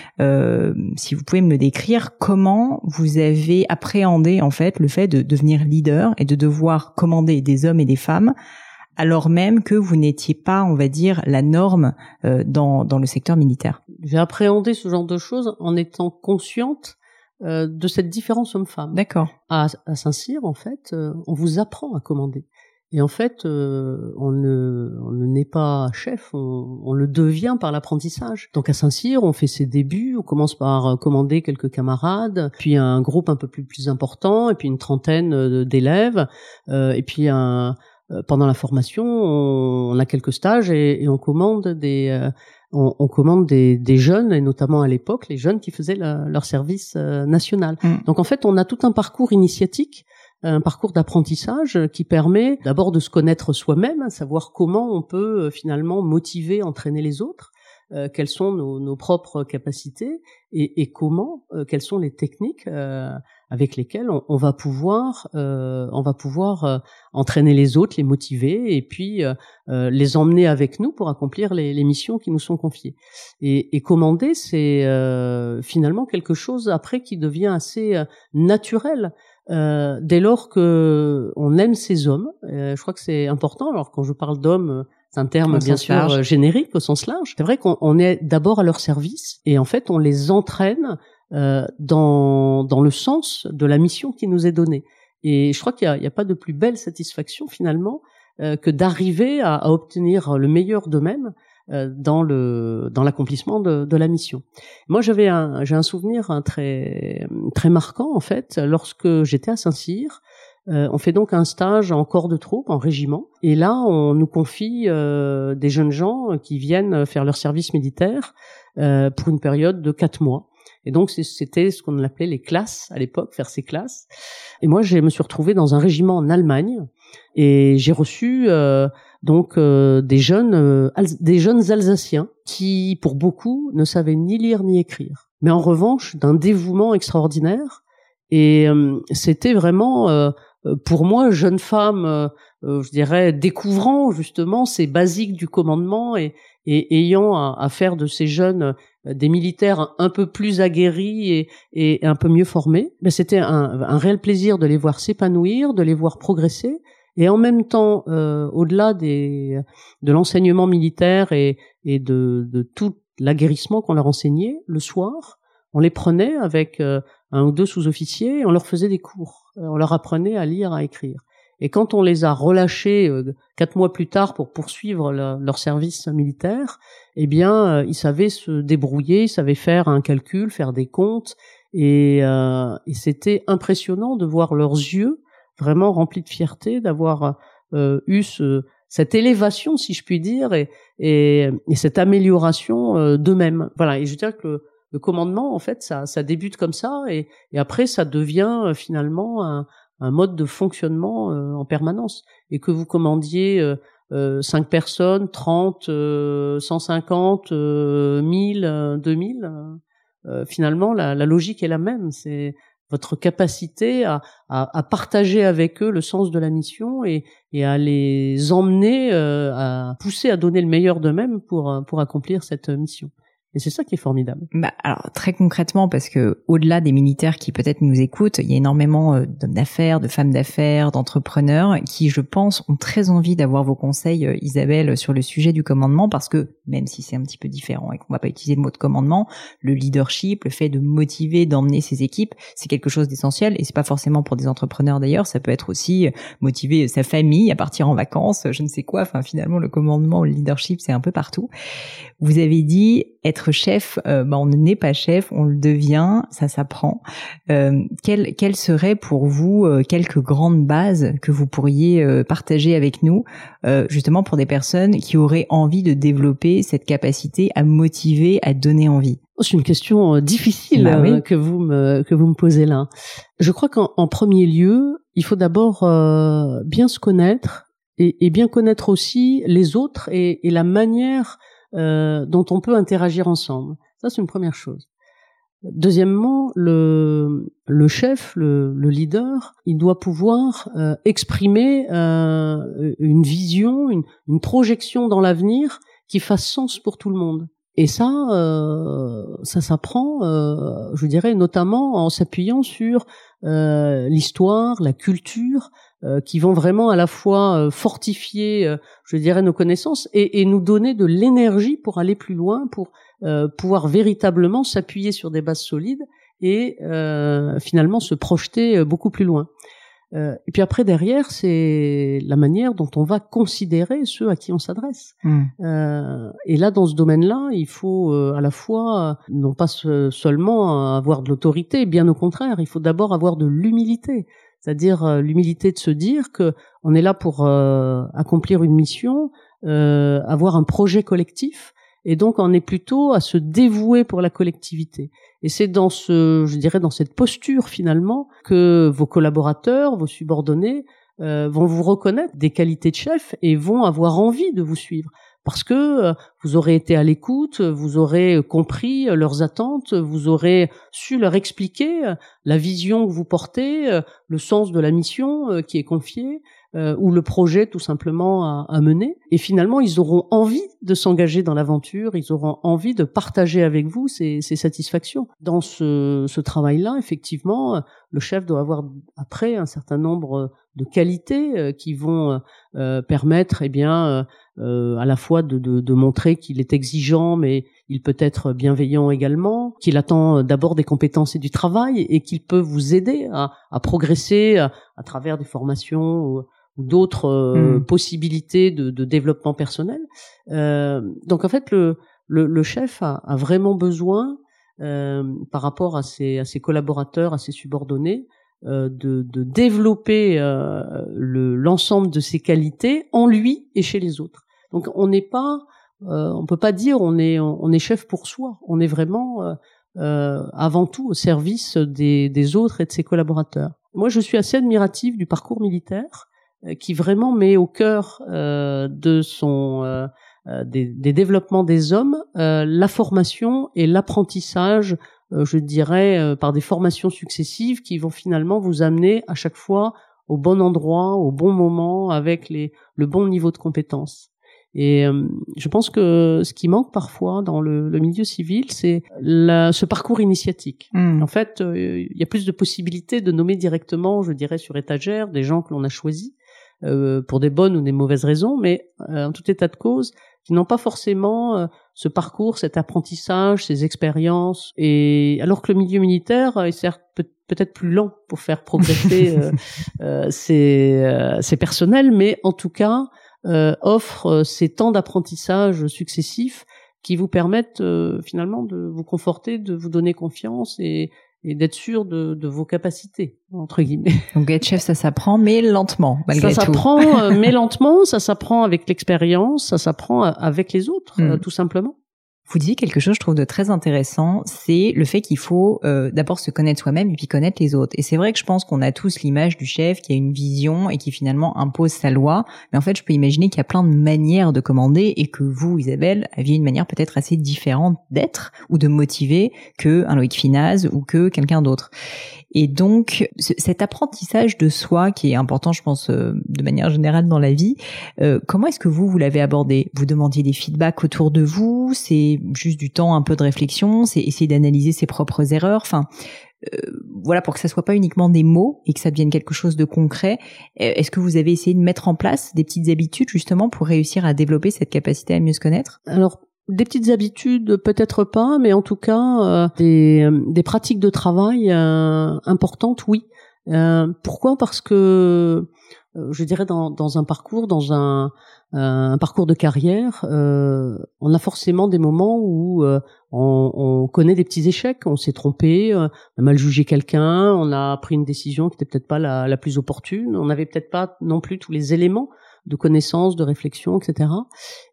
euh, si vous pouvez me décrire, comment vous avez appréhendé, en fait, le fait de devenir leader et de devoir commander des hommes et des femmes, alors même que vous n'étiez pas, on va dire, la norme euh, dans, dans le secteur militaire. J'ai appréhendé ce genre de choses en étant consciente Euh, de cette différence homme-femme. D'accord. À, à Saint-Cyr, en fait, euh, on vous apprend à commander. Et en fait, euh, on ne, on ne naît pas chef, on, on le devient par l'apprentissage. Donc à Saint-Cyr, on fait ses débuts, on commence par commander quelques camarades, puis un groupe un peu plus, plus important, et puis une trentaine d'élèves, euh, et puis un, euh, pendant la formation, on, on a quelques stages et, et on commande des... Euh, On, on commande des, des jeunes, et notamment à l'époque, les jeunes qui faisaient la, leur service euh, national. Mmh. Donc en fait, on a tout un parcours initiatique, un parcours d'apprentissage qui permet d'abord de se connaître soi-même, savoir comment on peut euh, finalement motiver, entraîner les autres, euh, quelles sont nos, nos propres capacités et, et comment, euh, quelles sont les techniques euh, avec lesquelles on, on va pouvoir, euh, on va pouvoir euh, entraîner les autres, les motiver et puis euh, euh, les emmener avec nous pour accomplir les, les missions qui nous sont confiées. Et, et commander, c'est euh, finalement quelque chose après qui devient assez euh, naturel. Euh, dès lors que on aime ces hommes, euh, je crois que c'est important. Alors quand je parle d'hommes, c'est un terme bien sûr large. Générique au sens large. C'est vrai qu'on on est d'abord à leur service et en fait on les entraîne euh, dans dans le sens de la mission qui nous est donnée. Et je crois qu'il y a, il y a pas de plus belle satisfaction finalement euh, que d'arriver à, à obtenir le meilleur d'eux-mêmes euh, dans le dans l'accomplissement de, de la mission. Moi, j'avais un j'ai un souvenir un très très marquant en fait lorsque j'étais à Saint-Cyr. Euh, on fait donc un stage en corps de troupe, en régiment, et là on nous confie euh, des jeunes gens qui viennent faire leur service militaire euh, pour une période de quatre mois. Et donc c'était ce qu'on appelait les classes à l'époque, faire ces classes. Et moi je me suis retrouvé dans un régiment en Allemagne et j'ai reçu euh, donc euh, des jeunes euh, Al- des jeunes Alsaciens qui pour beaucoup ne savaient ni lire ni écrire, mais en revanche d'un dévouement extraordinaire. Et euh, c'était vraiment euh, pour moi, jeune femme, euh, euh, je dirais, découvrant justement ces basiques du commandement et, et ayant à, à faire de ces jeunes euh, des militaires un peu plus aguerris et, et un peu mieux formés, ben c'était un, un réel plaisir de les voir s'épanouir, de les voir progresser. Et en même temps, euh, au-delà des, de l'enseignement militaire et, et de, de tout l'aguerrissement qu'on leur enseignait, le soir, on les prenait avec euh, un ou deux sous-officiers et on leur faisait des cours. On leur apprenait à lire, à écrire. Et quand on les a relâchés euh, quatre mois plus tard pour poursuivre le, leur service militaire, eh bien, euh, ils savaient se débrouiller, ils savaient faire un calcul, faire des comptes. Et, euh, et c'était impressionnant de voir leurs yeux vraiment remplis de fierté, d'avoir euh, eu ce, cette élévation, si je puis dire, et, et, et cette amélioration euh, d'eux-mêmes. Voilà. Et je dirais que le, le commandement, en fait, ça, ça débute comme ça, et, et après, ça devient euh, finalement un, un mode de fonctionnement euh, en permanence. Et que vous commandiez euh, euh, cinq personnes, trente, euh, cent cinquante, euh, mille, euh, deux mille, euh, euh, finalement, la, la logique est la même. C'est votre capacité à, à, à partager avec eux le sens de la mission et, et à les emmener, euh, à pousser à donner le meilleur d'eux-mêmes pour, pour accomplir cette mission. Et c'est ça qui est formidable. Bah, alors très concrètement, parce que au-delà des militaires qui peut-être nous écoutent, il y a énormément euh, d'hommes d'affaires, de femmes d'affaires, d'entrepreneurs qui, je pense, ont très envie d'avoir vos conseils, euh, Isabelle, sur le sujet du commandement, parce que même si c'est un petit peu différent et qu'on va pas utiliser le mot de commandement, le leadership, le fait de motiver, d'emmener ses équipes, c'est quelque chose d'essentiel, et c'est pas forcément pour des entrepreneurs d'ailleurs, ça peut être aussi motiver sa famille à partir en vacances, je ne sais quoi. Enfin, finalement, le commandement, le leadership, c'est un peu partout. Vous avez dit être chef, euh, bah on n'est pas chef, on le devient, ça s'apprend. Euh, quelles quelles seraient pour vous euh, quelques grandes bases que vous pourriez euh, partager avec nous, euh, justement pour des personnes qui auraient envie de développer cette capacité à motiver, à donner envie? C'est une question euh, difficile bah, oui. euh, que vous me que vous me posez là. Je crois qu'en en premier lieu, il faut d'abord euh, bien se connaître et, et bien connaître aussi les autres et, et la manière Euh, dont on peut interagir ensemble. Ça, c'est une première chose. Deuxièmement, le, le chef, le, le leader, il doit pouvoir euh, exprimer euh, une vision, une, une projection dans l'avenir qui fasse sens pour tout le monde. Et ça, euh, ça s'apprend, euh, je dirais, notamment en s'appuyant sur euh, l'histoire, la culture, euh, qui vont vraiment à la fois euh, fortifier, euh, je dirais, nos connaissances et, et nous donner de l'énergie pour aller plus loin, pour euh, pouvoir véritablement s'appuyer sur des bases solides et euh, finalement se projeter beaucoup plus loin. Euh, et puis après, derrière, c'est la manière dont on va considérer ceux à qui on s'adresse. Mmh. Euh, et là, dans ce domaine-là, il faut euh, à la fois, non pas se, seulement avoir de l'autorité, bien au contraire, il faut d'abord avoir de l'humilité. C'est-à-dire euh, l'humilité de se dire que on est là pour euh, accomplir une mission, euh, avoir un projet collectif, et donc on est plutôt à se dévouer pour la collectivité. Et c'est dans ce, je dirais, dans cette posture finalement que vos collaborateurs, vos subordonnés euh, vont vous reconnaître des qualités de chef et vont avoir envie de vous suivre. Parce que euh, vous aurez été à l'écoute, vous aurez compris euh, leurs attentes, vous aurez su leur expliquer euh, la vision que vous portez, euh, le sens de la mission euh, qui est confiée, euh, ou le projet tout simplement à, à mener. Et finalement, ils auront envie de s'engager dans l'aventure, ils auront envie de partager avec vous ces, ces satisfactions. Dans ce, ce travail-là, effectivement, le chef doit avoir après un certain nombre de qualités euh, qui vont euh, permettre, eh bien, euh, à la fois de, de, de montrer qu'il est exigeant, mais il peut être bienveillant également, qu'il attend d'abord des compétences et du travail, et qu'il peut vous aider à, à progresser à, à travers des formations ou, ou d'autres euh, mmh. possibilités de, de développement personnel. Euh, donc en fait, le, le, le chef a, a vraiment besoin, euh, par rapport à ses, à ses collaborateurs, à ses subordonnés, euh, de, de développer euh, le, l'ensemble de ses qualités en lui et chez les autres. Donc on n'est pas, euh, on peut pas dire on est, on est chef pour soi. On est vraiment euh, euh, avant tout au service des, des autres et de ses collaborateurs. Moi, je suis assez admirative du parcours militaire euh, qui vraiment met au cœur euh, de son euh, euh, des, des développements des hommes euh, la formation et l'apprentissage, euh, je dirais, euh, par des formations successives qui vont finalement vous amener à chaque fois au bon endroit, au bon moment, avec les, le bon niveau de compétence. Et euh, je pense que ce qui manque parfois dans le, le milieu civil, c'est la, ce parcours initiatique. Mmh. En fait, il euh, y a plus de possibilités de nommer directement, je dirais, sur étagère, des gens que l'on a choisis euh, pour des bonnes ou des mauvaises raisons, mais euh, en tout état de cause, qui n'ont pas forcément euh, ce parcours, cet apprentissage, ces expériences. Et alors que le milieu militaire est certes peut- peut-être plus lent pour faire progresser euh, euh, ses, euh, ses personnels, mais en tout cas Euh, offre euh, ces temps d'apprentissage successifs qui vous permettent euh, finalement de vous conforter, de vous donner confiance et, et d'être sûr de, de vos capacités, entre guillemets. Donc être chef, ça s'apprend, mais lentement, malgré ça tout. Ça s'apprend, euh, mais lentement, ça s'apprend avec l'expérience, ça s'apprend avec les autres, mmh. euh, tout simplement. Vous disiez quelque chose, je trouve, de très intéressant, c'est le fait qu'il faut euh, d'abord se connaître soi-même et puis connaître les autres. Et c'est vrai que je pense qu'on a tous l'image du chef qui a une vision et qui finalement impose sa loi. Mais en fait, je peux imaginer qu'il y a plein de manières de commander et que vous, Isabelle, aviez une manière peut-être assez différente d'être ou de motiver que un Loïc Finaz ou que quelqu'un d'autre. Et donc, ce, cet apprentissage de soi qui est important, je pense, euh, de manière générale dans la vie, euh, comment est-ce que vous, vous l'avez abordé? Vous demandiez des feedbacks autour de vous? C'est juste du temps, un peu de réflexion? C'est essayer d'analyser ses propres erreurs? Enfin, euh, voilà, pour que ça soit pas uniquement des mots et que ça devienne quelque chose de concret. Est-ce que vous avez essayé de mettre en place des petites habitudes justement pour réussir à développer cette capacité à mieux se connaître? Alors, des petites habitudes, peut-être pas, mais en tout cas, euh, des, des pratiques de travail euh, importantes, oui. Euh, pourquoi ? Parce que, euh, je dirais, dans, dans un parcours, dans un, un parcours de carrière, euh, on a forcément des moments où euh, on, on connaît des petits échecs, on s'est trompé, euh, on a mal jugé quelqu'un, on a pris une décision qui n'était peut-être pas la, la plus opportune, on n'avait peut-être pas non plus tous les éléments de connaissance, de réflexion, et cetera.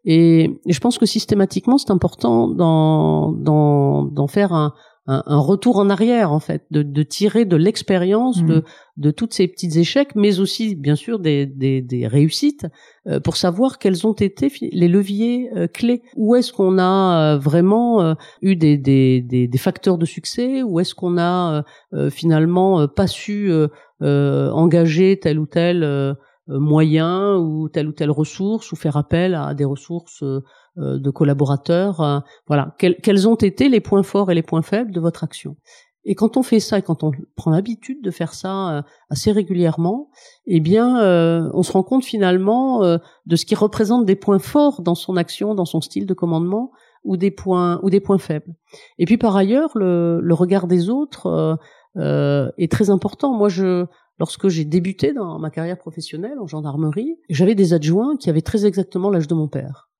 Et, et je pense que systématiquement, c'est important d'en, d'en, d'en faire un, un, un retour en arrière, en fait, de, de tirer de l'expérience mmh. de, de tous ces petits échecs, mais aussi, bien sûr, des, des, des réussites, euh, pour savoir quels ont été les leviers euh, clés. Où est-ce qu'on a euh, vraiment euh, eu des, des, des, des facteurs de succès, où est-ce qu'on a euh, finalement euh, pas su euh, euh, engager tel ou tel euh, moyen ou telle ou telle ressource, ou faire appel à des ressources euh, de collaborateurs. Euh, voilà, quels, quels ont été les points forts et les points faibles de votre action. Et quand on fait ça, et quand on prend l'habitude de faire ça euh, assez régulièrement, eh bien, euh, on se rend compte finalement euh, de ce qui représente des points forts dans son action, dans son style de commandement, ou des points ou des points faibles. Et puis par ailleurs, le, le regard des autres euh, euh, est très important. Moi, je Lorsque j'ai débuté dans ma carrière professionnelle en gendarmerie, j'avais des adjoints qui avaient très exactement l'âge de mon père.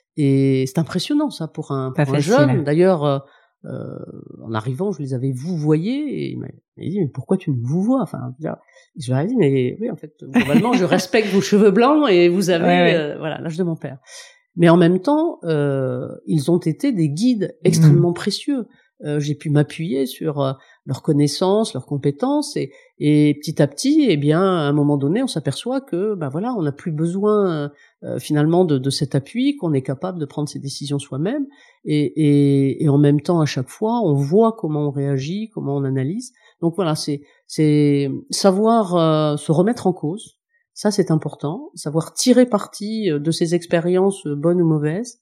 Et c'est impressionnant, ça, pour un, pour un jeune. D'ailleurs, euh, euh, en arrivant, je les avais vouvoyés, et il m'a dit, mais pourquoi tu me vouvoies? Enfin, je leur ai dit, mais oui, en fait, globalement, je respecte vos cheveux blancs et vous avez, ouais, ouais. Euh, voilà, l'âge de mon père. Mais en même temps, euh, ils ont été des guides extrêmement mmh. précieux. Euh, j'ai pu m'appuyer sur euh, leurs connaissances, leurs compétences, et, et petit à petit, eh bien, à un moment donné, on s'aperçoit que, ben voilà, on n'a plus besoin euh, finalement de, de cet appui, qu'on est capable de prendre ses décisions soi-même, et, et, et en même temps, à chaque fois, on voit comment on réagit, comment on analyse. Donc voilà, c'est, c'est savoir euh, se remettre en cause. Ça, c'est important. Savoir tirer parti de ces expériences, bonnes ou mauvaises.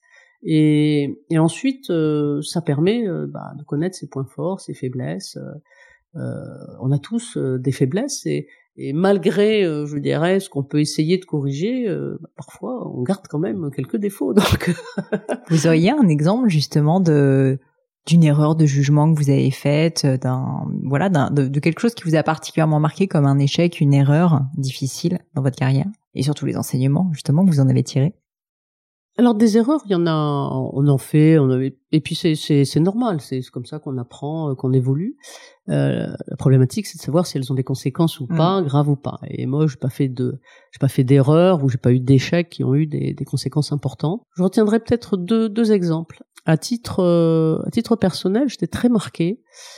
Et, et ensuite, euh, ça permet euh, bah, de connaître ses points forts, ses faiblesses. Euh, on a tous euh, des faiblesses, et, et malgré, euh, je dirais, ce qu'on peut essayer de corriger, euh, bah, parfois on garde quand même quelques défauts. Donc, vous auriez un exemple justement de d'une erreur de jugement que vous avez faite, d'un voilà, d'un, de, de quelque chose qui vous a particulièrement marqué comme un échec, une erreur difficile dans votre carrière, et surtout les enseignements justement que vous en avez tirés? Alors des erreurs, il y en a, on en fait, on avait, et puis c'est c'est c'est normal, c'est comme ça qu'on apprend, qu'on évolue. Euh, la problématique, c'est de savoir si elles ont des conséquences ou pas, mmh. graves ou pas. Et moi, j'ai pas fait de, j'ai pas fait d'erreurs, ou j'ai pas eu d'échecs qui ont eu des, des conséquences importantes. Je retiendrai peut-être deux deux exemples. À titre euh, à titre personnel, j'étais très marquée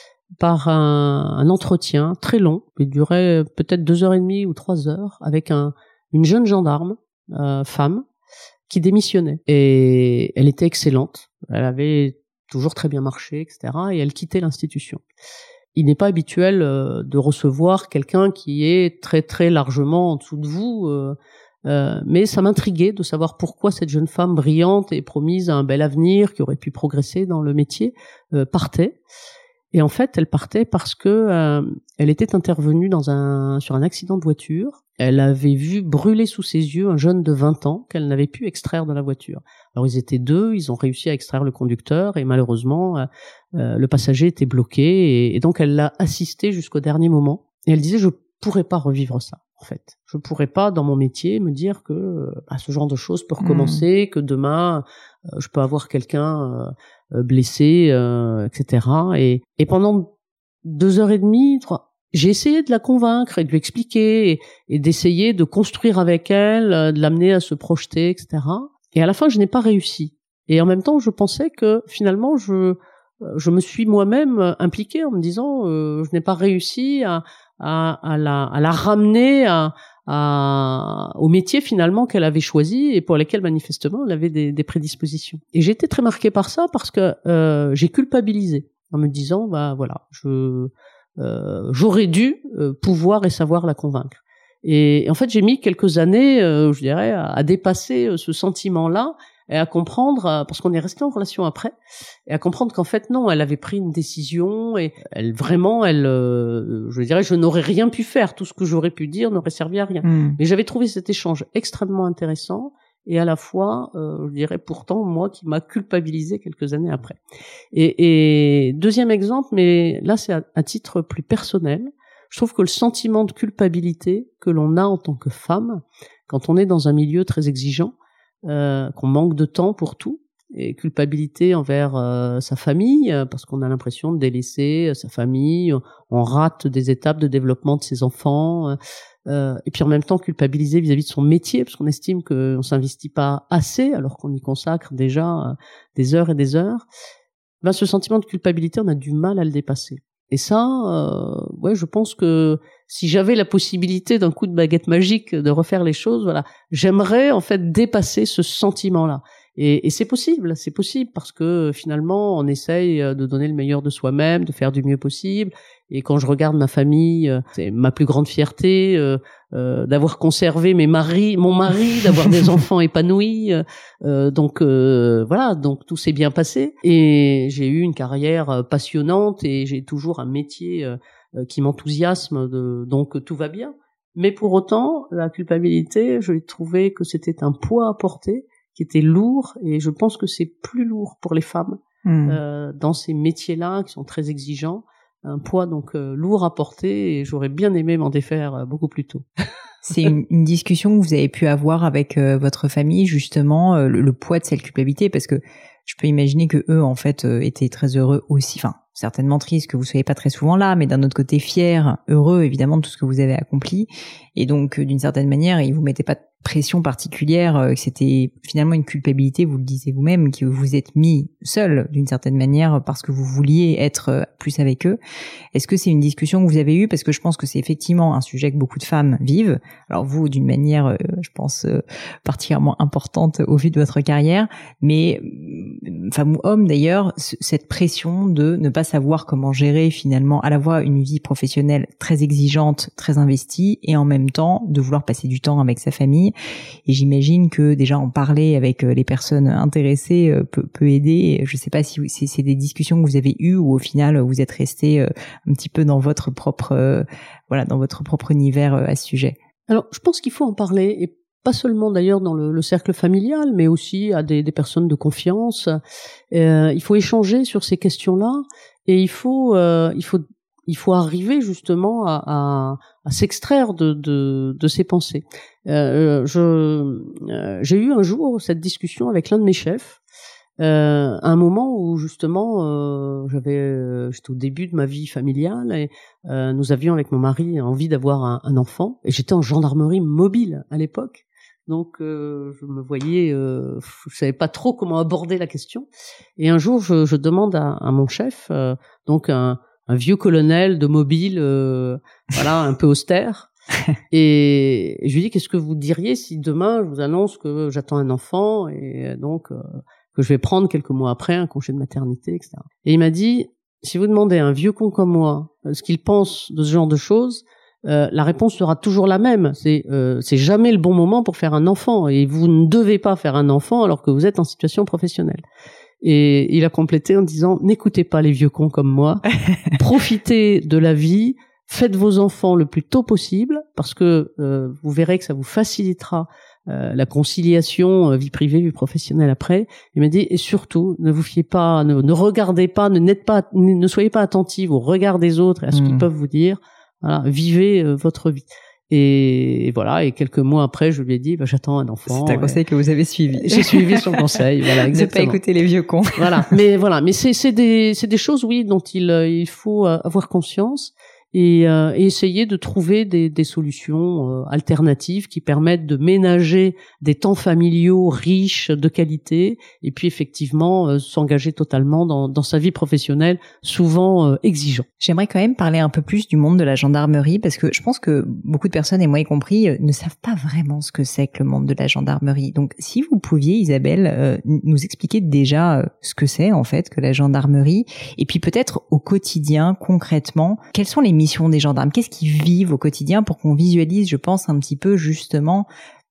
par un, un entretien très long, qui durait peut-être deux heures et demie ou trois heures, avec un une jeune gendarme euh, femme, qui démissionnait. Et elle était excellente, elle avait toujours très bien marché, et cetera. Et elle quittait l'institution. Il n'est pas habituel euh, de recevoir quelqu'un qui est très très largement en dessous de vous, euh, euh, mais ça m'intriguait de savoir pourquoi cette jeune femme brillante et promise à un bel avenir, qui aurait pu progresser dans le métier, euh, partait. Et en fait, elle partait parce que euh, elle était intervenue dans un sur un accident de voiture. Elle avait vu brûler sous ses yeux un jeune de vingt ans qu'elle n'avait pu extraire de la voiture. Alors ils étaient deux, ils ont réussi à extraire le conducteur, et malheureusement, euh, euh, le passager était bloqué, et, et donc elle l'a assisté jusqu'au dernier moment. Et elle disait, je pourrais pas revivre ça, en fait. Je pourrais pas, dans mon métier, me dire que euh, bah, ce genre de choses peut recommencer, mmh. que demain, euh, je peux avoir quelqu'un euh, blessé, euh, et cetera. Et, et pendant deux heures et demie, trois, j'ai essayé de la convaincre et de lui expliquer, et, et d'essayer de construire avec elle, de l'amener à se projeter, et cetera. Et à la fin, je n'ai pas réussi. Et en même temps, je pensais que finalement, je je me suis moi-même impliquée en me disant, euh, je n'ai pas réussi à à, à la à la ramener à, à au métier finalement qu'elle avait choisi et pour lesquels manifestement elle avait des, des prédispositions. Et j'ai été très marquée par ça parce que euh, j'ai culpabilisé en me disant, bah voilà, je euh, j'aurais dû euh, pouvoir et savoir la convaincre. Et, et en fait, j'ai mis quelques années, euh, je dirais, à, à dépasser euh, ce sentiment-là et à comprendre, euh, parce qu'on est resté en relation après, et à comprendre qu'en fait non, elle avait pris une décision et elle vraiment, elle, euh, je dirais, je n'aurais rien pu faire, tout ce que j'aurais pu dire n'aurait servi à rien. Mmh. Mais j'avais trouvé cet échange extrêmement intéressant et à la fois, euh, je dirais pourtant moi qui m'a culpabilisé quelques années après. Et, et deuxième exemple, mais là c'est à, à titre plus personnel. Je trouve que le sentiment de culpabilité que l'on a en tant que femme, quand on est dans un milieu très exigeant, euh, qu'on manque de temps pour tout, et culpabilité envers euh, sa famille, euh, parce qu'on a l'impression de délaisser euh, sa famille, on rate des étapes de développement de ses enfants, euh, euh, et puis en même temps culpabiliser vis-à-vis de son métier, parce qu'on estime qu'on s'investit pas assez, alors qu'on y consacre déjà euh, des heures et des heures. Ben, ce sentiment de culpabilité, on a du mal à le dépasser. Et ça, euh, ouais, je pense que si j'avais la possibilité d'un coup de baguette magique de refaire les choses, voilà, j'aimerais en fait dépasser ce sentiment-là. Et, et c'est possible, c'est possible parce que finalement, on essaye de donner le meilleur de soi-même, de faire du mieux possible. Et quand je regarde ma famille, c'est ma plus grande fierté euh, euh, d'avoir conservé mes maris, mon mari, d'avoir des enfants épanouis. Euh, donc euh, voilà, donc tout s'est bien passé. Et j'ai eu une carrière passionnante et j'ai toujours un métier euh, qui m'enthousiasme. De, donc tout va bien. Mais pour autant, la culpabilité, je l'ai trouvé que c'était un poids à porter qui était lourd, et je pense que c'est plus lourd pour les femmes mmh. euh, dans ces métiers-là qui sont très exigeants, un poids donc euh, lourd à porter, et j'aurais bien aimé m'en défaire euh, beaucoup plus tôt. C'est une, une discussion que vous avez pu avoir avec euh, votre famille, justement, euh, le, le poids de cette culpabilité, parce que je peux imaginer que eux, en fait, euh, étaient très heureux aussi, enfin, certainement tristes que vous soyez pas très souvent là, mais d'un autre côté fiers, heureux évidemment de tout ce que vous avez accompli, et donc euh, d'une certaine manière, ils vous mettaient pas de pression particulière, euh, que c'était finalement une culpabilité, vous le disiez vous-même, que vous vous êtes mis seul d'une certaine manière parce que vous vouliez être plus avec eux. Est-ce que c'est une discussion que vous avez eue? Parce que je pense que c'est effectivement un sujet que beaucoup de femmes vivent. Alors vous, d'une manière, euh, je pense, euh, particulièrement importante au vu de votre carrière, mais femme ou homme d'ailleurs, c- cette pression de ne pas savoir comment gérer finalement à la fois une vie professionnelle très exigeante, très investie, et en même temps de vouloir passer du temps avec sa famille. Et j'imagine que déjà en parler avec les personnes intéressées peut, peut aider. Je ne sais pas si c'est, c'est des discussions que vous avez eues ou au final vous êtes resté un petit peu dans votre propre, voilà, dans votre propre univers à ce sujet. Alors, je pense qu'il faut en parler, et pas seulement d'ailleurs dans le, le cercle familial, mais aussi à des, des personnes de confiance. Euh, il faut échanger sur ces questions-là, et il faut, euh, il faut il faut arriver justement à, à, à s'extraire de, de, de ces pensées. Euh, je, euh, j'ai eu un jour cette discussion avec l'un de mes chefs, euh, à un moment où justement euh, j'avais, euh, j'étais au début de ma vie familiale, et euh, nous avions avec mon mari envie d'avoir un, un enfant, et j'étais en gendarmerie mobile à l'époque. Donc euh, je me voyais, euh, je savais pas trop comment aborder la question. Et un jour, je, je demande à, à mon chef, euh, donc un un vieux colonel de mobile, euh, voilà, un peu austère. Et je lui dis, qu'est-ce que vous diriez si demain je vous annonce que j'attends un enfant et donc euh, que je vais prendre quelques mois après un congé de maternité, et cetera. Et il m'a dit, si vous demandez à un vieux con comme moi euh, ce qu'il pense de ce genre de choses, euh, la réponse sera toujours la même. C'est, euh, c'est jamais le bon moment pour faire un enfant, et vous ne devez pas faire un enfant alors que vous êtes en situation professionnelle. Et il a complété en disant, n'écoutez pas les vieux cons comme moi, profitez de la vie, faites vos enfants le plus tôt possible, parce que euh, vous verrez que ça vous facilitera euh, la conciliation euh, vie privée, vie professionnelle après. Il m'a dit, et surtout, ne vous fiez pas, ne, ne regardez pas, ne n'êtes pas, ne, ne soyez pas attentifs au regard des autres et à ce mmh. qu'ils peuvent vous dire. Voilà, vivez euh, votre vie. Et voilà, et quelques mois après, je lui ai dit, bah, j'attends un enfant. C'est un conseil que vous avez suivi. J'ai suivi son conseil, voilà, exactement. Ne pas écouter les vieux cons. Voilà, mais voilà, mais c'est c'est des c'est des choses, oui, dont il il faut avoir conscience. et, euh, et essayer de trouver des, des solutions euh, alternatives qui permettent de ménager des temps familiaux riches de qualité et puis effectivement euh, s'engager totalement dans, dans sa vie professionnelle, souvent euh, exigeant. J'aimerais quand même parler un peu plus du monde de la gendarmerie parce que je pense que beaucoup de personnes, et moi y compris, ne savent pas vraiment ce que c'est que le monde de la gendarmerie. Donc si vous pouviez, Isabelle, euh, nous expliquer déjà euh, ce que c'est en fait que la gendarmerie et puis peut-être au quotidien, concrètement, quelles sont les missions des gendarmes, qu'est-ce qu'ils vivent au quotidien pour qu'on visualise, je pense, un petit peu justement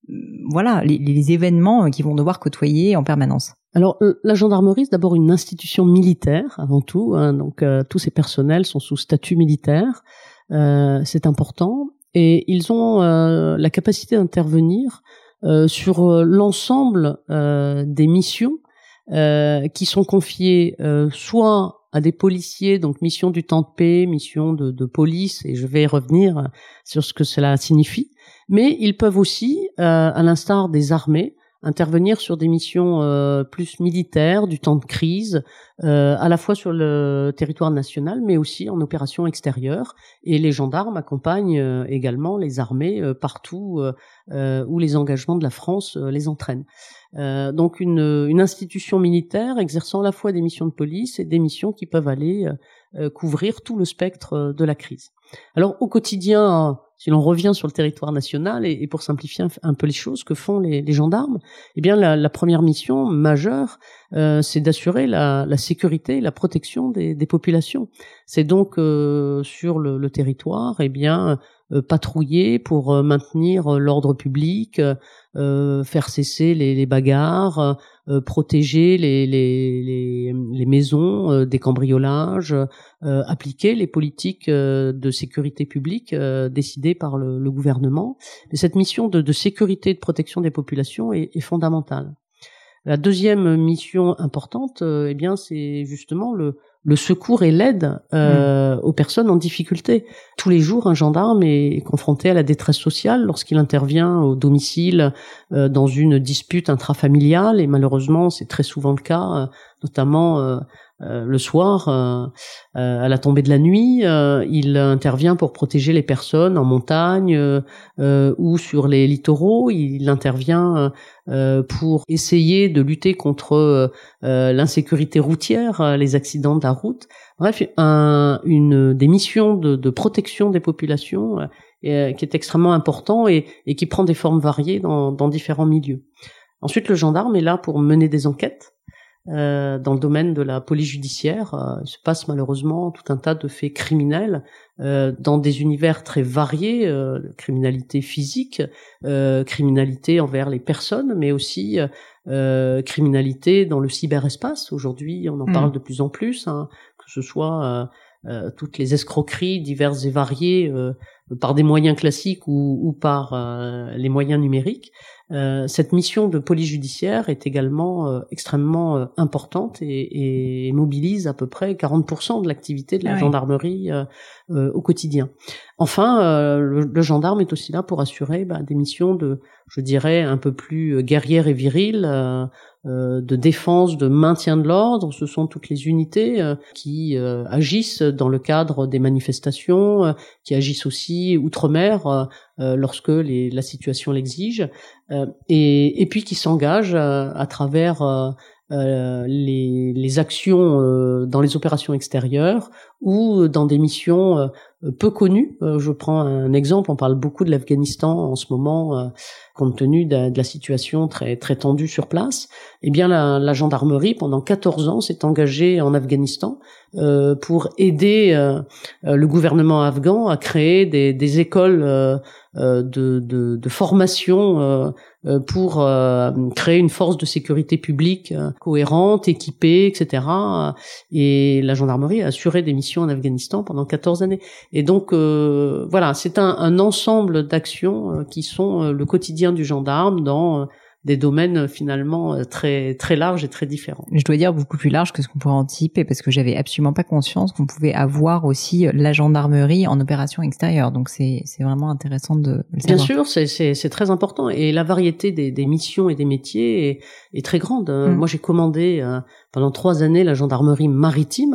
voilà les, les événements qu'ils vont devoir côtoyer en permanence. Alors la gendarmerie, c'est d'abord une institution militaire avant tout, hein, donc euh, tous ces personnels sont sous statut militaire, euh, c'est important, et ils ont euh, la capacité d'intervenir euh, sur euh, l'ensemble euh, des missions euh, qui sont confiées euh, soit à des policiers, donc mission du temps de paix, mission de, de police, et je vais revenir sur ce que cela signifie, mais ils peuvent aussi, euh, à l'instar des armées, intervenir sur des missions euh, plus militaires, du temps de crise, euh, à la fois sur le territoire national, mais aussi en opération extérieure. Et les gendarmes accompagnent euh, également les armées euh, partout euh, euh, où les engagements de la France euh, les entraînent. Euh, donc une, une institution militaire exerçant à la fois des missions de police et des missions qui peuvent aller euh, couvrir tout le spectre de la crise. Alors au quotidien, si l'on revient sur le territoire national, et, et pour simplifier un, un peu les choses, que font les, les gendarmes, eh bien la, la première mission majeure, euh, c'est d'assurer la, la sécurité et la protection des, des populations. C'est donc euh, sur le, le territoire, eh bien euh, patrouiller pour euh, maintenir euh, l'ordre public, euh, faire cesser les, les bagarres, euh, protéger les, les, les, les maisons euh, des cambriolages, euh, appliquer les politiques euh, de sécurité publique euh, décidées par le, le gouvernement. Mais cette mission de, de sécurité et de protection des populations est, est fondamentale. La deuxième mission importante, euh, eh bien, c'est justement le, le secours et l'aide euh, mmh. aux personnes en difficulté. Tous les jours, un gendarme est confronté à la détresse sociale lorsqu'il intervient au domicile euh, dans une dispute intrafamiliale, et malheureusement, c'est très souvent le cas, euh, notamment euh, Euh, le soir, euh, euh, à la tombée de la nuit, euh, il intervient pour protéger les personnes en montagne euh, euh, ou sur les littoraux. Il intervient euh, pour essayer de lutter contre euh, l'insécurité routière, les accidents de la route. Bref, un, une des missions de, de protection des populations euh, qui est extrêmement important et, et qui prend des formes variées dans, dans différents milieux. Ensuite, le gendarme est là pour mener des enquêtes. Euh, dans le domaine de la police judiciaire, euh, il se passe malheureusement tout un tas de faits criminels euh, dans des univers très variés, euh, criminalité physique, euh, criminalité envers les personnes, mais aussi euh, criminalité dans le cyberespace. Aujourd'hui, on en mmh. parle de plus en plus, hein, que ce soit euh, euh, toutes les escroqueries diverses et variées euh, par des moyens classiques ou, ou par euh, les moyens numériques. Euh, cette mission de police judiciaire est également euh, extrêmement euh, importante et, et mobilise à peu près quarante pour cent de l'activité de la ah gendarmerie euh, euh, au quotidien. Enfin, euh, le, le gendarme est aussi là pour assurer bah, des missions de, je dirais, un peu plus guerrières et viriles, euh, euh, de défense, de maintien de l'ordre. Ce sont toutes les unités euh, qui euh, agissent dans le cadre des manifestations, euh, qui agissent aussi outre-mer euh, euh, lorsque les, la situation l'exige. Euh, et, et puis qui s'engage euh, à travers euh, euh, les, les actions euh, dans les opérations extérieures ou dans des missions euh, peu connues. Euh, je prends un exemple, on parle beaucoup de l'Afghanistan en ce moment, euh, compte tenu de, de la situation très très tendue sur place. Eh bien, la, la gendarmerie, pendant quatorze ans, s'est engagée en Afghanistan euh, pour aider euh, le gouvernement afghan à créer des, des écoles euh, de, de, de formation euh, pour euh, créer une force de sécurité publique euh, cohérente, équipée, et cetera. Et la gendarmerie a assuré des missions en Afghanistan pendant quatorze années. Et donc, euh, voilà, c'est un, un ensemble d'actions euh, qui sont euh, le quotidien du gendarme dans euh, des domaines finalement très très larges et très différents. Je dois dire beaucoup plus large que ce qu'on pourrait anticiper parce que j'avais absolument pas conscience qu'on pouvait avoir aussi la gendarmerie en opération extérieure. Donc c'est c'est vraiment intéressant de le savoir. Bien sûr, c'est c'est c'est très important et la variété des des missions et des métiers est, est très grande. Mmh. Moi, j'ai commandé euh, pendant trois années la gendarmerie maritime.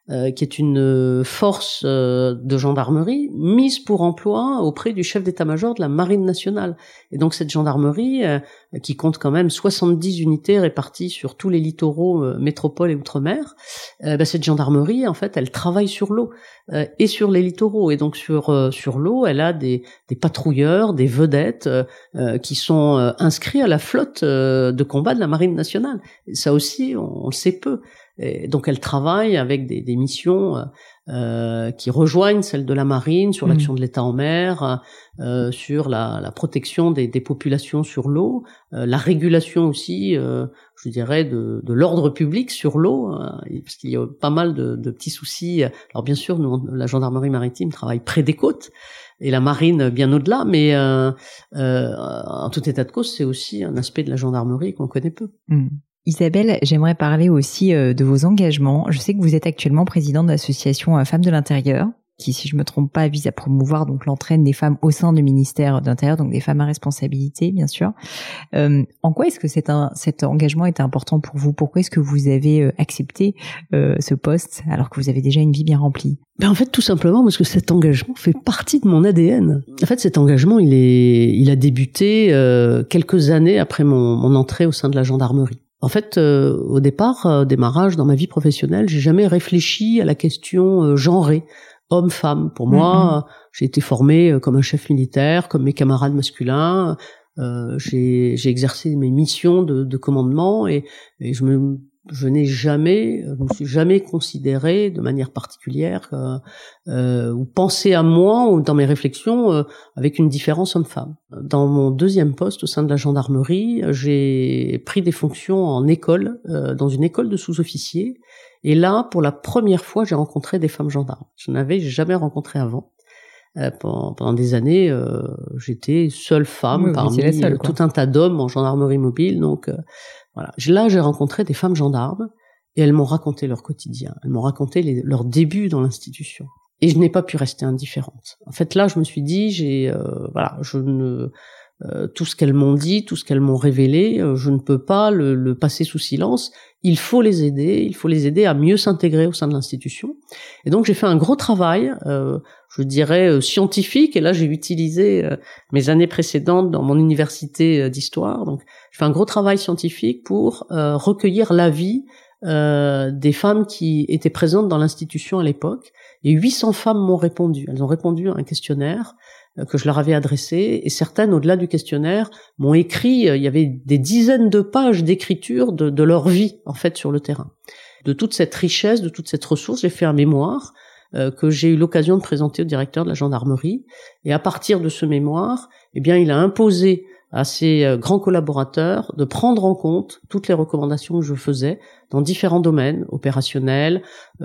euh, qui est une force euh, de gendarmerie mise pour emploi auprès du chef d'état-major de la Marine nationale. Et donc cette gendarmerie, euh, qui compte quand même soixante-dix unités réparties sur tous les littoraux, euh, métropole et outre-mer, euh, bah, cette gendarmerie, en fait, elle travaille sur l'eau euh, et sur les littoraux. Et donc sur euh, sur l'eau, elle a des, des patrouilleurs, des vedettes euh, euh, qui sont euh, inscrits à la flotte euh, de combat de la Marine nationale. Et ça aussi, on, on le sait peu. Et donc elle travaille avec des, des missions euh, qui rejoignent celles de la marine sur l'action de l'État en mer, euh, sur la, la protection des, des populations sur l'eau, euh, la régulation aussi, euh, je dirais, de, de l'ordre public sur l'eau, hein, parce qu'il y a pas mal de, de petits soucis. Alors bien sûr, nous, la gendarmerie maritime travaille près des côtes, et la marine bien au-delà, mais euh, euh, en tout état de cause, c'est aussi un aspect de la gendarmerie qu'on connaît peu. Mmh. Isabelle, j'aimerais parler aussi euh, de vos engagements. Je sais que vous êtes actuellement présidente de l'association euh, Femmes de l'Intérieur, qui, si je me trompe pas, vise à promouvoir donc l'entraîne des femmes au sein du ministère de l'Intérieur, donc des femmes à responsabilité, bien sûr. Euh, en quoi est-ce que cet, un, cet engagement est important pour vous? Pourquoi est-ce que vous avez euh, accepté euh, ce poste alors que vous avez déjà une vie bien remplie? Ben en fait, tout simplement parce que cet engagement fait partie de mon A D N. En fait, cet engagement, il est, il a débuté euh, quelques années après mon, mon entrée au sein de la gendarmerie. En fait, euh, au départ, euh, au démarrage dans ma vie professionnelle, j'ai jamais réfléchi à la question euh, genrée, homme-femme. Pour moi, mm-hmm. euh, j'ai été formée euh, comme un chef militaire, comme mes camarades masculins. Euh, j'ai, j'ai exercé mes missions de, de commandement et, et je me Je n'ai jamais, je me suis jamais considéré de manière particulière euh, euh, ou pensé à moi ou dans mes réflexions euh, avec une différence homme-femme. Dans mon deuxième poste au sein de la gendarmerie, j'ai pris des fonctions en école, euh, dans une école de sous-officiers. Et là, pour la première fois, j'ai rencontré des femmes gendarmes. Je n'avais jamais rencontré avant. Euh, pendant, pendant des années, euh, j'étais seule femme oui, parmi seule, tout un tas d'hommes en gendarmerie mobile, donc. Euh, Voilà. Là, j'ai rencontré des femmes gendarmes et elles m'ont raconté leur quotidien. Elles m'ont raconté les, leur début dans l'institution. Et je n'ai pas pu rester indifférente. En fait, là, je me suis dit, j'ai, euh, voilà, je ne, euh, tout ce qu'elles m'ont dit, tout ce qu'elles m'ont révélé, euh, je ne peux pas le, le passer sous silence. Il faut les aider, il faut les aider à mieux s'intégrer au sein de l'institution. Et donc, j'ai fait un gros travail, euh, je dirais euh, scientifique. Et là, j'ai utilisé euh, mes années précédentes dans mon université euh, d'histoire. Donc, j'ai fait un gros travail scientifique pour euh, recueillir l'avis euh, des femmes qui étaient présentes dans l'institution à l'époque. Et huit cents femmes m'ont répondu. Elles ont répondu à un questionnaire euh, que je leur avais adressé. Et certaines, au-delà du questionnaire, m'ont écrit. Euh, il y avait des dizaines de pages d'écriture de, de leur vie, en fait, sur le terrain. De toute cette richesse, de toute cette ressource, j'ai fait un mémoire euh, que j'ai eu l'occasion de présenter au directeur de la gendarmerie. Et à partir de ce mémoire, eh bien, il a imposé à ses euh, grands collaborateurs de prendre en compte toutes les recommandations que je faisais dans différents domaines opérationnels,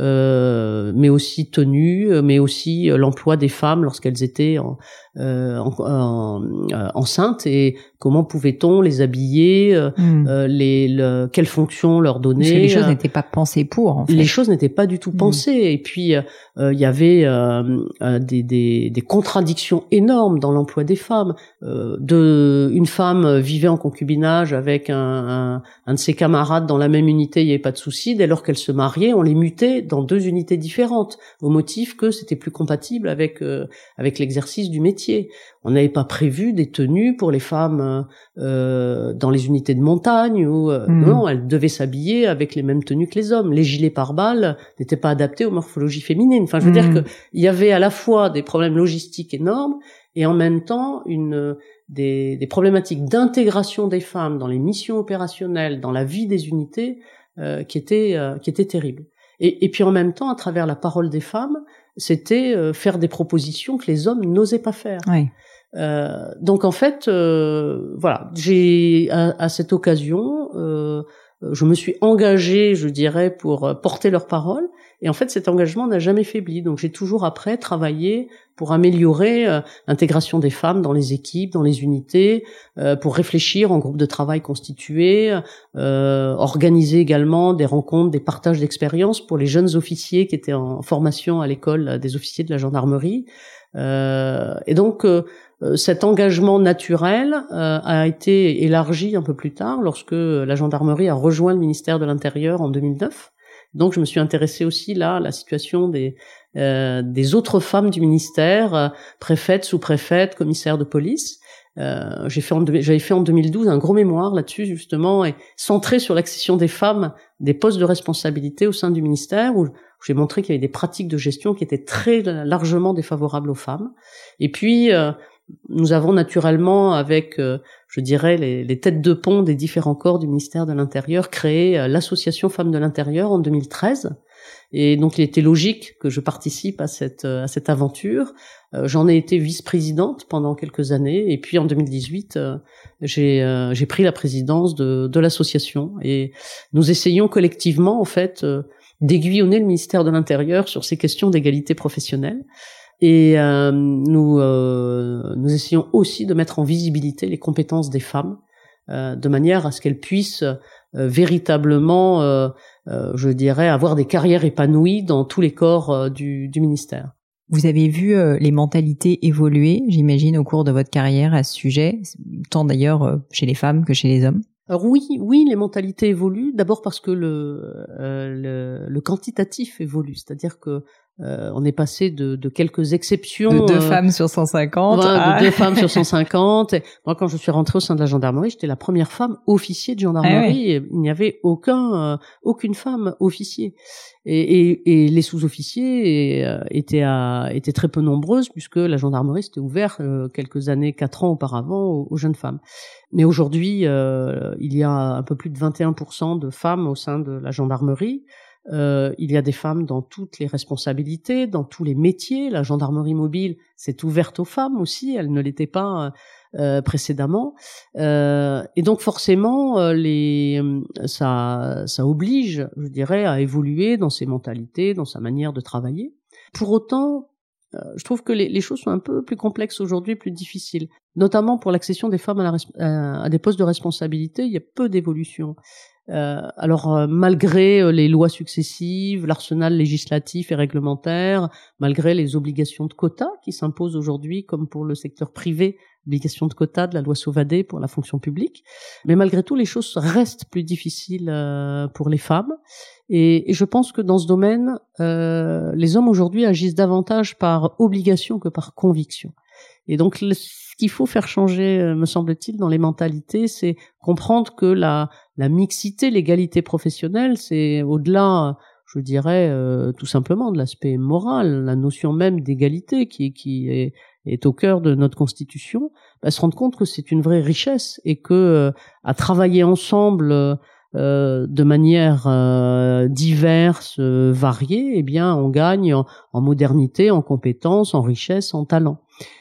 euh, mais aussi tenue, mais aussi euh, l'emploi des femmes lorsqu'elles étaient en, euh, en, en, euh, enceintes et comment pouvait-on les habiller, euh, mmh. euh, les, le, quelles fonctions leur donner. Parce que les choses euh, n'étaient pas pensées pour. En fait. Les choses n'étaient pas du tout pensées. Mmh. Et puis il euh, y avait euh, euh, des, des, des contradictions énormes dans l'emploi des femmes. Euh, de, une femme vivait en concubinage avec un, un, un de ses camarades dans la même unité. Il n'y avait pas de souci. Dès lors qu'elles se mariaient, on les mutait dans deux unités différentes, au motif que c'était plus compatible avec euh, avec l'exercice du métier. On n'avait pas prévu des tenues pour les femmes euh, dans les unités de montagne où euh, mmh. non, elles devaient s'habiller avec les mêmes tenues que les hommes. Les gilets pare-balles n'étaient pas adaptés aux morphologies féminines. Enfin, je veux mmh. dire que il y avait à la fois des problèmes logistiques énormes et en même temps une des, des problématiques d'intégration des femmes dans les missions opérationnelles, dans la vie des unités. Euh, qui était euh, qui était terrible. Et, et puis en même temps, à travers la parole des femmes, c'était euh, faire des propositions que les hommes n'osaient pas faire. Oui. Euh, donc en fait, euh, voilà, j'ai à, à cette occasion, euh, je me suis engagée, je dirais, pour porter leur parole. Et en fait, cet engagement n'a jamais faibli. Donc j'ai toujours après travaillé pour améliorer euh, l'intégration des femmes dans les équipes, dans les unités, euh, pour réfléchir en groupe de travail constitués, euh, organiser également des rencontres, des partages d'expériences pour les jeunes officiers qui étaient en formation à l'école des officiers de la gendarmerie. Euh, et donc euh, cet engagement naturel euh, a été élargi un peu plus tard lorsque la gendarmerie a rejoint le ministère de l'Intérieur en deux mille neuf. Donc je me suis intéressée aussi là à la situation des euh, des autres femmes du ministère, euh, préfètes, sous-préfètes, commissaires de police. Euh, j'ai fait en, j'avais fait en deux mille douze un gros mémoire là-dessus justement, et centré sur l'accession des femmes des postes de responsabilité au sein du ministère, où j'ai montré qu'il y avait des pratiques de gestion qui étaient très largement défavorables aux femmes. Et puis euh, nous avons naturellement, avec euh, je dirais les, les têtes de pont des différents corps du ministère de l'Intérieur, créé euh, l'association Femmes de l'Intérieur en deux mille treize. Et donc il était logique que je participe à cette à cette aventure. Euh, j'en ai été vice-présidente pendant quelques années, et puis en deux mille dix-huit, euh, j'ai euh, j'ai pris la présidence de de l'association, et nous essayons collectivement en fait euh, d'aiguillonner le ministère de l'Intérieur sur ces questions d'égalité professionnelle. Et euh, nous euh, nous essayons aussi de mettre en visibilité les compétences des femmes, euh, de manière à ce qu'elles puissent euh, véritablement euh, Euh, je dirais, avoir des carrières épanouies dans tous les corps euh, du, du ministère. Vous avez vu euh, les mentalités évoluer, j'imagine, au cours de votre carrière à ce sujet, tant d'ailleurs euh, chez les femmes que chez les hommes? Alors oui, oui, les mentalités évoluent. D'abord parce que le, euh, le, le quantitatif évolue, c'est-à-dire que euh, on est passé de, de quelques exceptions. De deux euh, femmes sur cent cinquante. Voilà, ah. De deux femmes sur cent cinquante. Et moi, quand je suis rentrée au sein de la gendarmerie, j'étais la première femme officier de gendarmerie. Ah ouais. Il n'y avait aucun, euh, aucune femme officier. Et, et, et les sous-officiers euh, étaient, à, étaient très peu nombreuses, puisque la gendarmerie s'était ouverte euh, quelques années, quatre ans auparavant, aux, aux jeunes femmes. Mais aujourd'hui, euh, il y a un peu plus de vingt et un pour cent de femmes au sein de la gendarmerie. Euh, il y a des femmes dans toutes les responsabilités, dans tous les métiers. La gendarmerie mobile s'est ouverte aux femmes aussi, elle ne l'était pas euh, précédemment. Euh, et donc forcément, euh, les, ça, ça oblige, je dirais, à évoluer dans ses mentalités, dans sa manière de travailler. Pour autant, euh, je trouve que les, les choses sont un peu plus complexes aujourd'hui, plus difficiles. Notamment pour l'accession des femmes à, la, à des postes de responsabilité, il y a peu d'évolution. Euh, alors euh, malgré euh, les lois successives, l'arsenal législatif et réglementaire, malgré les obligations de quotas qui s'imposent aujourd'hui, comme pour le secteur privé, obligation de quotas de la loi Sauvadet pour la fonction publique, mais malgré tout les choses restent plus difficiles euh, pour les femmes, et, et je pense que dans ce domaine, euh, les hommes aujourd'hui agissent davantage par obligation que par conviction. Et donc le, ce qu'il faut faire changer, me semble-t-il, dans les mentalités, c'est comprendre que la, la mixité, l'égalité professionnelle, c'est au-delà, je dirais, euh, tout simplement de l'aspect moral, la notion même d'égalité qui, qui est, est au cœur de notre Constitution, bah, se rendre compte que c'est une vraie richesse, et que euh, à travailler ensemble euh, de manière euh, diverse, euh, variée, eh bien, on gagne en, en modernité, en compétences, en richesse, en talent.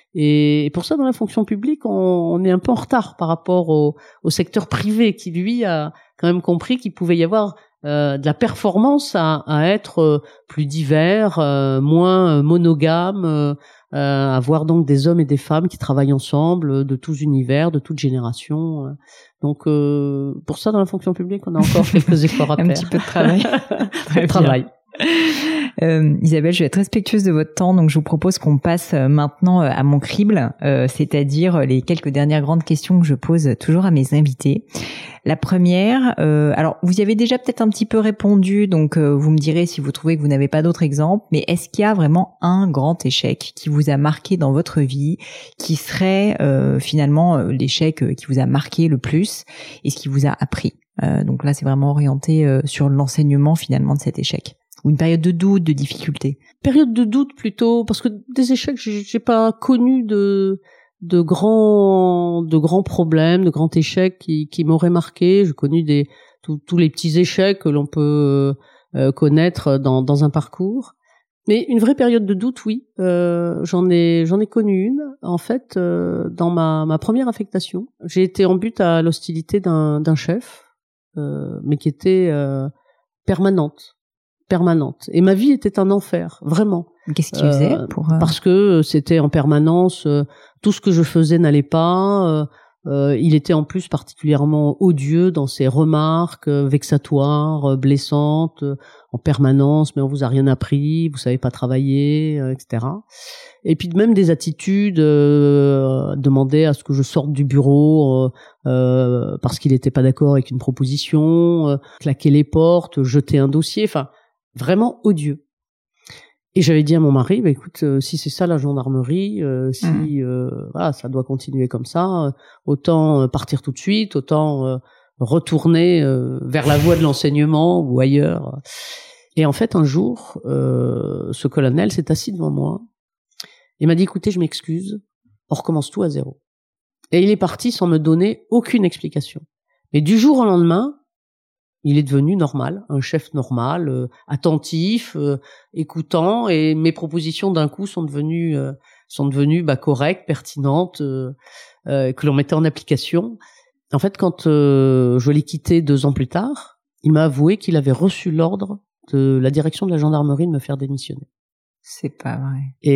Et pour ça, dans la fonction publique, on, on est un peu en retard par rapport au, au secteur privé, qui lui a quand même compris qu'il pouvait y avoir euh, de la performance à, à être plus divers, euh, moins monogame, euh, euh, avoir donc des hommes et des femmes qui travaillent ensemble, de tous univers, de toutes générations. Donc euh, pour ça, dans la fonction publique, on a encore quelques efforts à un faire. Un petit peu de travail. Très travail. Euh, Isabelle, je vais être respectueuse de votre temps, donc je vous propose qu'on passe maintenant à mon crible, euh, c'est-à-dire les quelques dernières grandes questions que je pose toujours à mes invités. La première, euh, alors vous y avez déjà peut-être un petit peu répondu, donc euh, vous me direz si vous trouvez que vous n'avez pas d'autres exemples, mais est-ce qu'il y a vraiment un grand échec qui vous a marqué dans votre vie, qui serait euh, finalement euh, l'échec qui vous a marqué le plus et ce qui vous a appris? euh, Donc là, c'est vraiment orienté euh, sur l'enseignement finalement de cet échec. Ou une période de doute, de difficulté? Période de doute plutôt, parce que des échecs, j'ai, j'ai pas connu de de grands de grands problèmes, de grands échecs qui qui m'auraient marqué. J'ai connu des tous tous les petits échecs que l'on peut euh, connaître dans dans un parcours. Mais une vraie période de doute, oui, euh, j'en ai j'en ai connu une. En fait, euh, dans ma ma première affectation, j'ai été en butte à l'hostilité d'un d'un chef, euh, mais qui était euh, permanente. permanente. Et ma vie était un enfer, vraiment. Qu'est-ce qu'il faisait pour... Euh... Parce que c'était en permanence, euh, tout ce que je faisais n'allait pas. Euh, euh, il était en plus particulièrement odieux dans ses remarques euh, vexatoires, euh, blessantes, euh, en permanence. Mais on vous a rien appris, vous savez pas travailler, euh, et cetera. Et puis même des attitudes, euh, demander à ce que je sorte du bureau euh, euh, parce qu'il n'était pas d'accord avec une proposition, euh, claquer les portes, jeter un dossier. Enfin, vraiment odieux. Et j'avais dit à mon mari, bah, écoute, euh, si c'est ça la gendarmerie, euh, si mmh. euh, voilà, ça doit continuer comme ça, euh, autant partir tout de suite, autant euh, retourner euh, vers la voie de l'enseignement ou ailleurs. Et en fait, un jour, euh, ce colonel s'est assis devant moi et m'a dit, écoutez, je m'excuse, on recommence tout à zéro. Et il est parti sans me donner aucune explication. Mais du jour au lendemain, il est devenu normal, un chef normal, euh, attentif, euh, écoutant, et mes propositions d'un coup sont devenues euh, sont devenues bah, correctes, pertinentes, euh, euh, que l'on mettait en application. En fait, quand euh, je l'ai quitté deux ans plus tard, il m'a avoué qu'il avait reçu l'ordre de la direction de la gendarmerie de me faire démissionner. C'est pas vrai.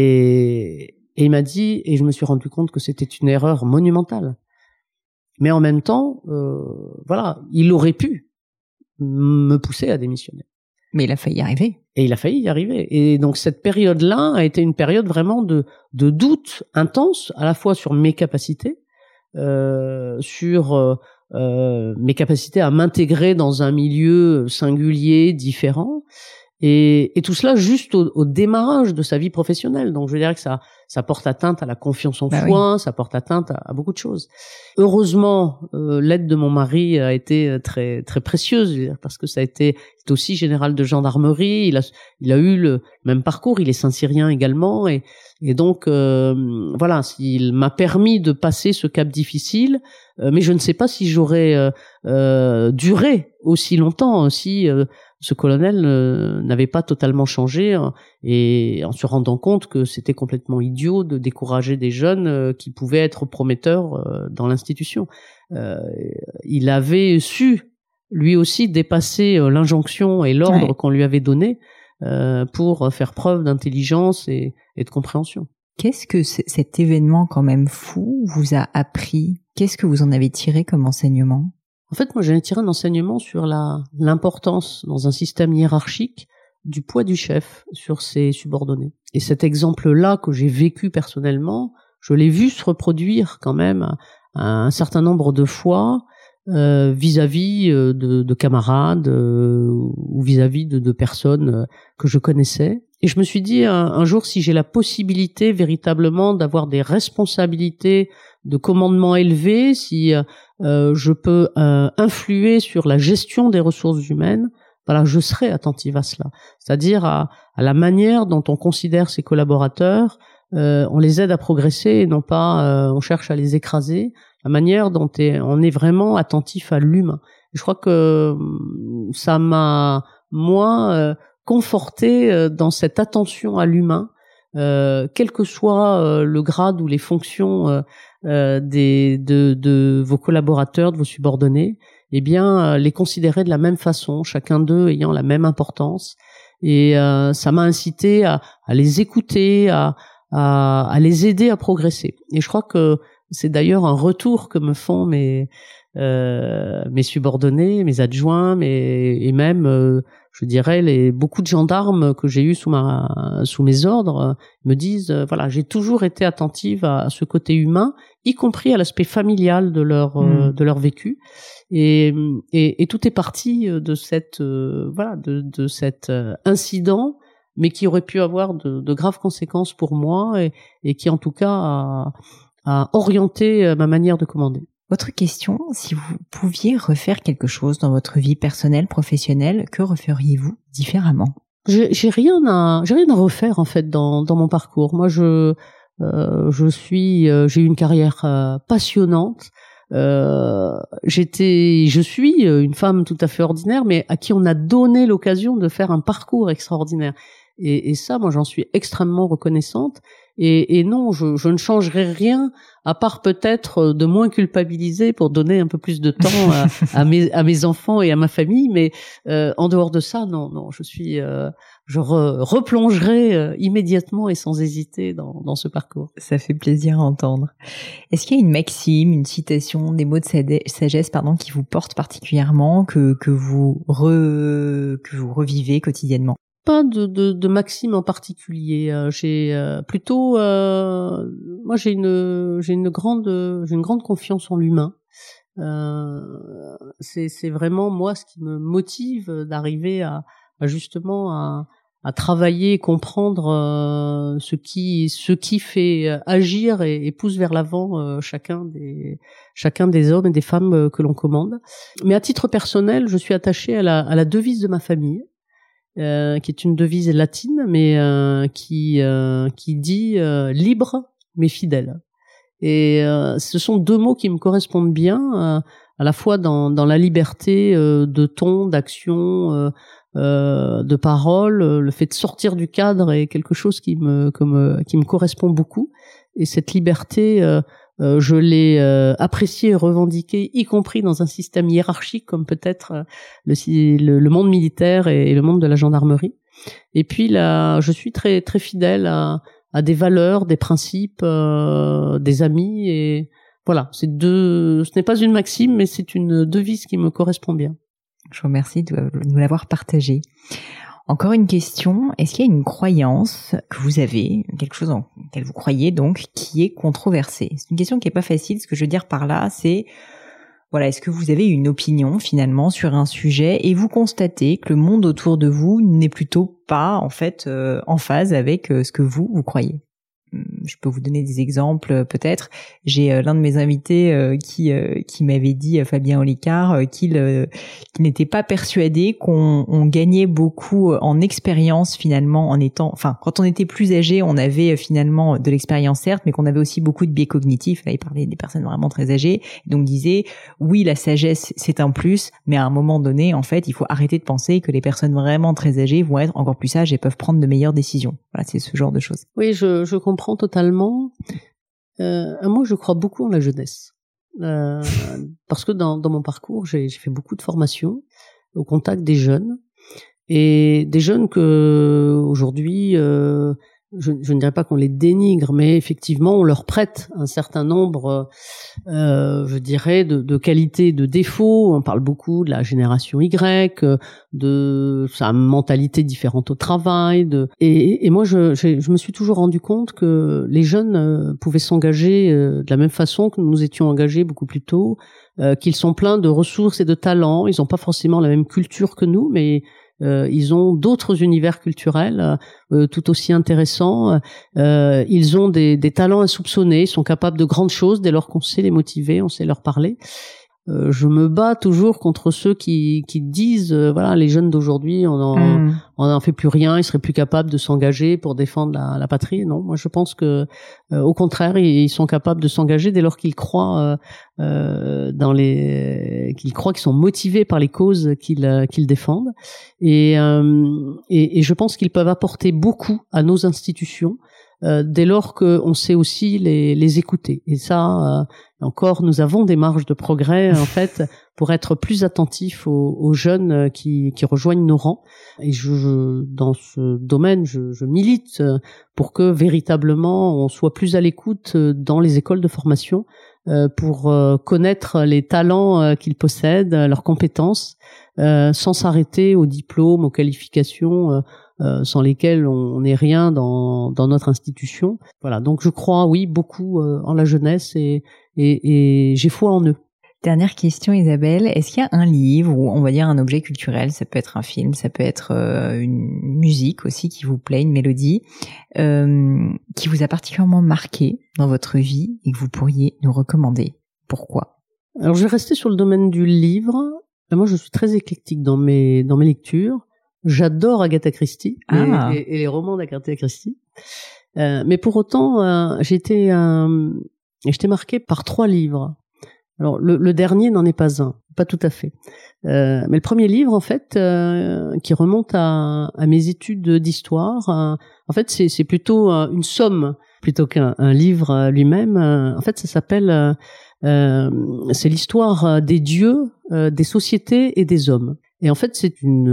Et, et il m'a dit, et je me suis rendu compte que c'était une erreur monumentale. Mais en même temps, euh, voilà, il aurait pu me pousser à démissionner. Mais il a failli y arriver. Et il a failli y arriver. Et donc cette période-là a été une période vraiment de, de doute intense, à la fois sur mes capacités, euh, sur euh, euh, mes capacités à m'intégrer dans un milieu singulier, différent, et, et tout cela juste au, au démarrage de sa vie professionnelle. Donc je dirais que ça, ça porte atteinte à la confiance en bah soi, oui. Ça porte atteinte à, à beaucoup de choses. Heureusement, euh, l'aide de mon mari a été très très précieuse, je veux dire, parce que ça a été, c'est aussi général de gendarmerie. Il a il a eu le même parcours. Il est Saint-Cyrien également, et et donc euh, voilà, il m'a permis de passer ce cap difficile. Euh, mais je ne sais pas si j'aurais euh, euh, duré aussi longtemps si euh, ce colonel euh, n'avait pas totalement changé, hein, et en se rendant compte que c'était complètement idiot de décourager des jeunes euh, qui pouvaient être prometteurs euh, dans l'institution. Euh, il avait su, lui aussi, dépasser euh, l'injonction et l'ordre ouais. qu'on lui avait donné euh, pour faire preuve d'intelligence et, et de compréhension. Qu'est-ce que cet événement quand même fou vous a appris? Qu'est-ce que vous en avez tiré comme enseignement? En fait, moi, j'ai tiré un enseignement sur la l'importance dans un système hiérarchique du poids du chef sur ses subordonnés. Et cet exemple-là que j'ai vécu personnellement, je l'ai vu se reproduire quand même à, à un certain nombre de fois euh, vis-à-vis de, de camarades euh, ou vis-à-vis de, de personnes que je connaissais. Et je me suis dit un, un jour, si j'ai la possibilité véritablement d'avoir des responsabilités de commandement élevé, si euh, je peux euh, influer sur la gestion des ressources humaines, voilà, je serai attentive à cela. C'est-à-dire à, à la manière dont on considère ses collaborateurs, euh, on les aide à progresser et non pas euh, on cherche à les écraser. La manière dont est, on est vraiment attentif à l'humain. Et je crois que ça m'a, moi, euh, conforté dans cette attention à l'humain, euh, quel que soit euh, le grade ou les fonctions euh, euh, des, de, de vos collaborateurs, de vos subordonnés, eh bien, euh, les considérer de la même façon, chacun d'eux ayant la même importance. Et euh, ça m'a incité à, à les écouter, à, à, à les aider à progresser. Et je crois que c'est d'ailleurs un retour que me font mes euh, mes subordonnés, mes adjoints, mes, et même euh, je dirais les beaucoup de gendarmes que j'ai eu sous ma sous mes ordres euh, me disent euh, voilà, j'ai toujours été attentive à, à ce côté humain, y compris à l'aspect familial de leur mmh. euh, de leur vécu, et, et et tout est parti de cette euh, voilà de de cet euh, incident, mais qui aurait pu avoir de, de graves conséquences pour moi, et, et qui en tout cas a, a orienté ma manière de commander. Autre question, si vous pouviez refaire quelque chose dans votre vie personnelle, professionnelle, que referiez-vous différemment? J'ai, j'ai rien à, j'ai rien à refaire en fait dans dans mon parcours. Moi, je euh, je suis, euh, j'ai eu une carrière euh, passionnante. Euh, j'étais, je suis une femme tout à fait ordinaire, mais à qui on a donné l'occasion de faire un parcours extraordinaire. Et, et ça, moi, j'en suis extrêmement reconnaissante. Et, et non, je, je ne changerai rien, à part peut-être de moins culpabiliser pour donner un peu plus de temps à, à, mes, à mes enfants et à ma famille. Mais euh, en dehors de ça, non, non, je suis, euh, je re, replongerai euh, immédiatement et sans hésiter dans, dans ce parcours. Ça fait plaisir à entendre. Est-ce qu'il y a une maxime, une citation, des mots de sagesse, pardon, qui vous portent particulièrement, que que vous re, que vous revivez quotidiennement? Pas de, de, de maxime en particulier. Euh, j'ai euh, plutôt, euh, moi j'ai une, j'ai une grande, j'ai une grande confiance en l'humain. Euh, c'est, c'est vraiment moi ce qui me motive d'arriver à, à justement à, à travailler, comprendre euh, ce qui ce qui fait agir et, et pousse vers l'avant euh, chacun des chacun des hommes et des femmes euh, que l'on commande. Mais à titre personnel, je suis attachée à la à la devise de ma famille. Euh, qui est une devise latine, mais euh, qui euh, qui dit euh, libre mais fidèle. Et euh, ce sont deux mots qui me correspondent bien, euh, à la fois dans dans la liberté euh, de ton, d'action, euh, euh, de parole. Le fait de sortir du cadre est quelque chose qui me comme qui me correspond beaucoup. Et cette liberté, euh, Euh, je l'ai euh, apprécié et revendiqué, y compris dans un système hiérarchique comme peut-être euh, le, le, le monde militaire et, et le monde de la gendarmerie. Et puis là, je suis très très fidèle à, à des valeurs, des principes, euh, des amis. Et voilà, c'est deux. Ce n'est pas une maxime, mais c'est une devise qui me correspond bien. Je vous remercie de nous l'avoir partagé. Encore une question, est-ce qu'il y a une croyance que vous avez, quelque chose en laquelle vous croyez donc, qui est controversée? C'est une question qui est pas facile, ce que je veux dire par là, c'est, voilà, est-ce que vous avez une opinion finalement sur un sujet et vous constatez que le monde autour de vous n'est plutôt pas, en fait, euh, en phase avec euh, ce que vous, vous croyez? Je peux vous donner des exemples peut-être. J'ai euh, l'un de mes invités euh, qui euh, qui m'avait dit, euh, Fabien Olicard, euh, qu'il euh, qu'il n'était pas persuadé qu'on on gagnait beaucoup en expérience finalement en étant, enfin quand on était plus âgé, on avait euh, finalement de l'expérience certes, mais qu'on avait aussi beaucoup de biais cognitifs. Là, il parlait des personnes vraiment très âgées, donc disait oui, la sagesse c'est un plus, mais à un moment donné, en fait, il faut arrêter de penser que les personnes vraiment très âgées vont être encore plus sages et peuvent prendre de meilleures décisions. Voilà, c'est ce genre de choses. Oui, je je comprends totalement. Euh, moi, je crois beaucoup en la jeunesse, euh, parce que dans, dans mon parcours, j'ai, j'ai fait beaucoup de formations au contact des jeunes et des jeunes que aujourd'hui, euh, je, je ne dirais pas qu'on les dénigre, mais effectivement, on leur prête un certain nombre, euh, je dirais, de, de qualités, de défauts. On parle beaucoup de la génération Y, de sa mentalité différente au travail. De... Et, et moi, je, je, je me suis toujours rendu compte que les jeunes euh, pouvaient s'engager euh, de la même façon que nous nous étions engagés beaucoup plus tôt, euh, qu'ils sont pleins de ressources et de talents. Ils n'ont pas forcément la même culture que nous, mais Euh, ils ont d'autres univers culturels euh, tout aussi intéressants. Euh, ils ont des, des talents insoupçonnés. Ils sont capables de grandes choses dès lors qu'on sait les motiver, on sait leur parler. Euh, je me bats toujours contre ceux qui, qui disent euh, voilà, les jeunes d'aujourd'hui, on en, mmh. on en fait plus rien, ils seraient plus capables de s'engager pour défendre la, la patrie. Non, moi je pense que euh, au contraire, ils, ils sont capables de s'engager dès lors qu'ils croient euh, euh, dans les, qu'ils croient qu'ils sont motivés par les causes qu'ils euh, qu'ils défendent. Et, euh, et et je pense qu'ils peuvent apporter beaucoup à nos institutions. Euh, dès lors qu'on sait aussi les, les écouter. Et ça, euh, encore, nous avons des marges de progrès, en fait, pour être plus attentifs aux, aux jeunes qui, qui rejoignent nos rangs. Et je, je dans ce domaine, je, je milite pour que, véritablement, on soit plus à l'écoute dans les écoles de formation, euh, pour euh, connaître les talents euh, qu'ils possèdent, leurs compétences, euh, sans s'arrêter aux diplômes, aux qualifications, euh, Euh, sans lesquels on n'est rien dans, dans notre institution. Voilà, donc je crois, oui, beaucoup euh, en la jeunesse et, et, et j'ai foi en eux. Dernière question, Isabelle. Est-ce qu'il y a un livre ou on va dire un objet culturel, ça peut être un film, ça peut être euh, une musique aussi qui vous plaît, une mélodie, euh, qui vous a particulièrement marqué dans votre vie et que vous pourriez nous recommander? Pourquoi? Alors, je vais rester sur le domaine du livre. Moi, je suis très éclectique dans mes, dans mes lectures. J'adore Agatha Christie ah. et, et, et les romans d'Agatha Christie. Euh, mais pour autant, euh, j'ai été, euh, j'étais marquée par trois livres. Alors, le, le dernier n'en est pas un, pas tout à fait. Euh, mais le premier livre, en fait, euh, qui remonte à, à mes études d'histoire, euh, en fait, c'est, c'est plutôt euh, une somme plutôt qu'un un livre lui-même. Euh, en fait, ça s'appelle, euh, euh, c'est l'histoire des dieux, euh, des sociétés et des hommes. Et en fait, c'est une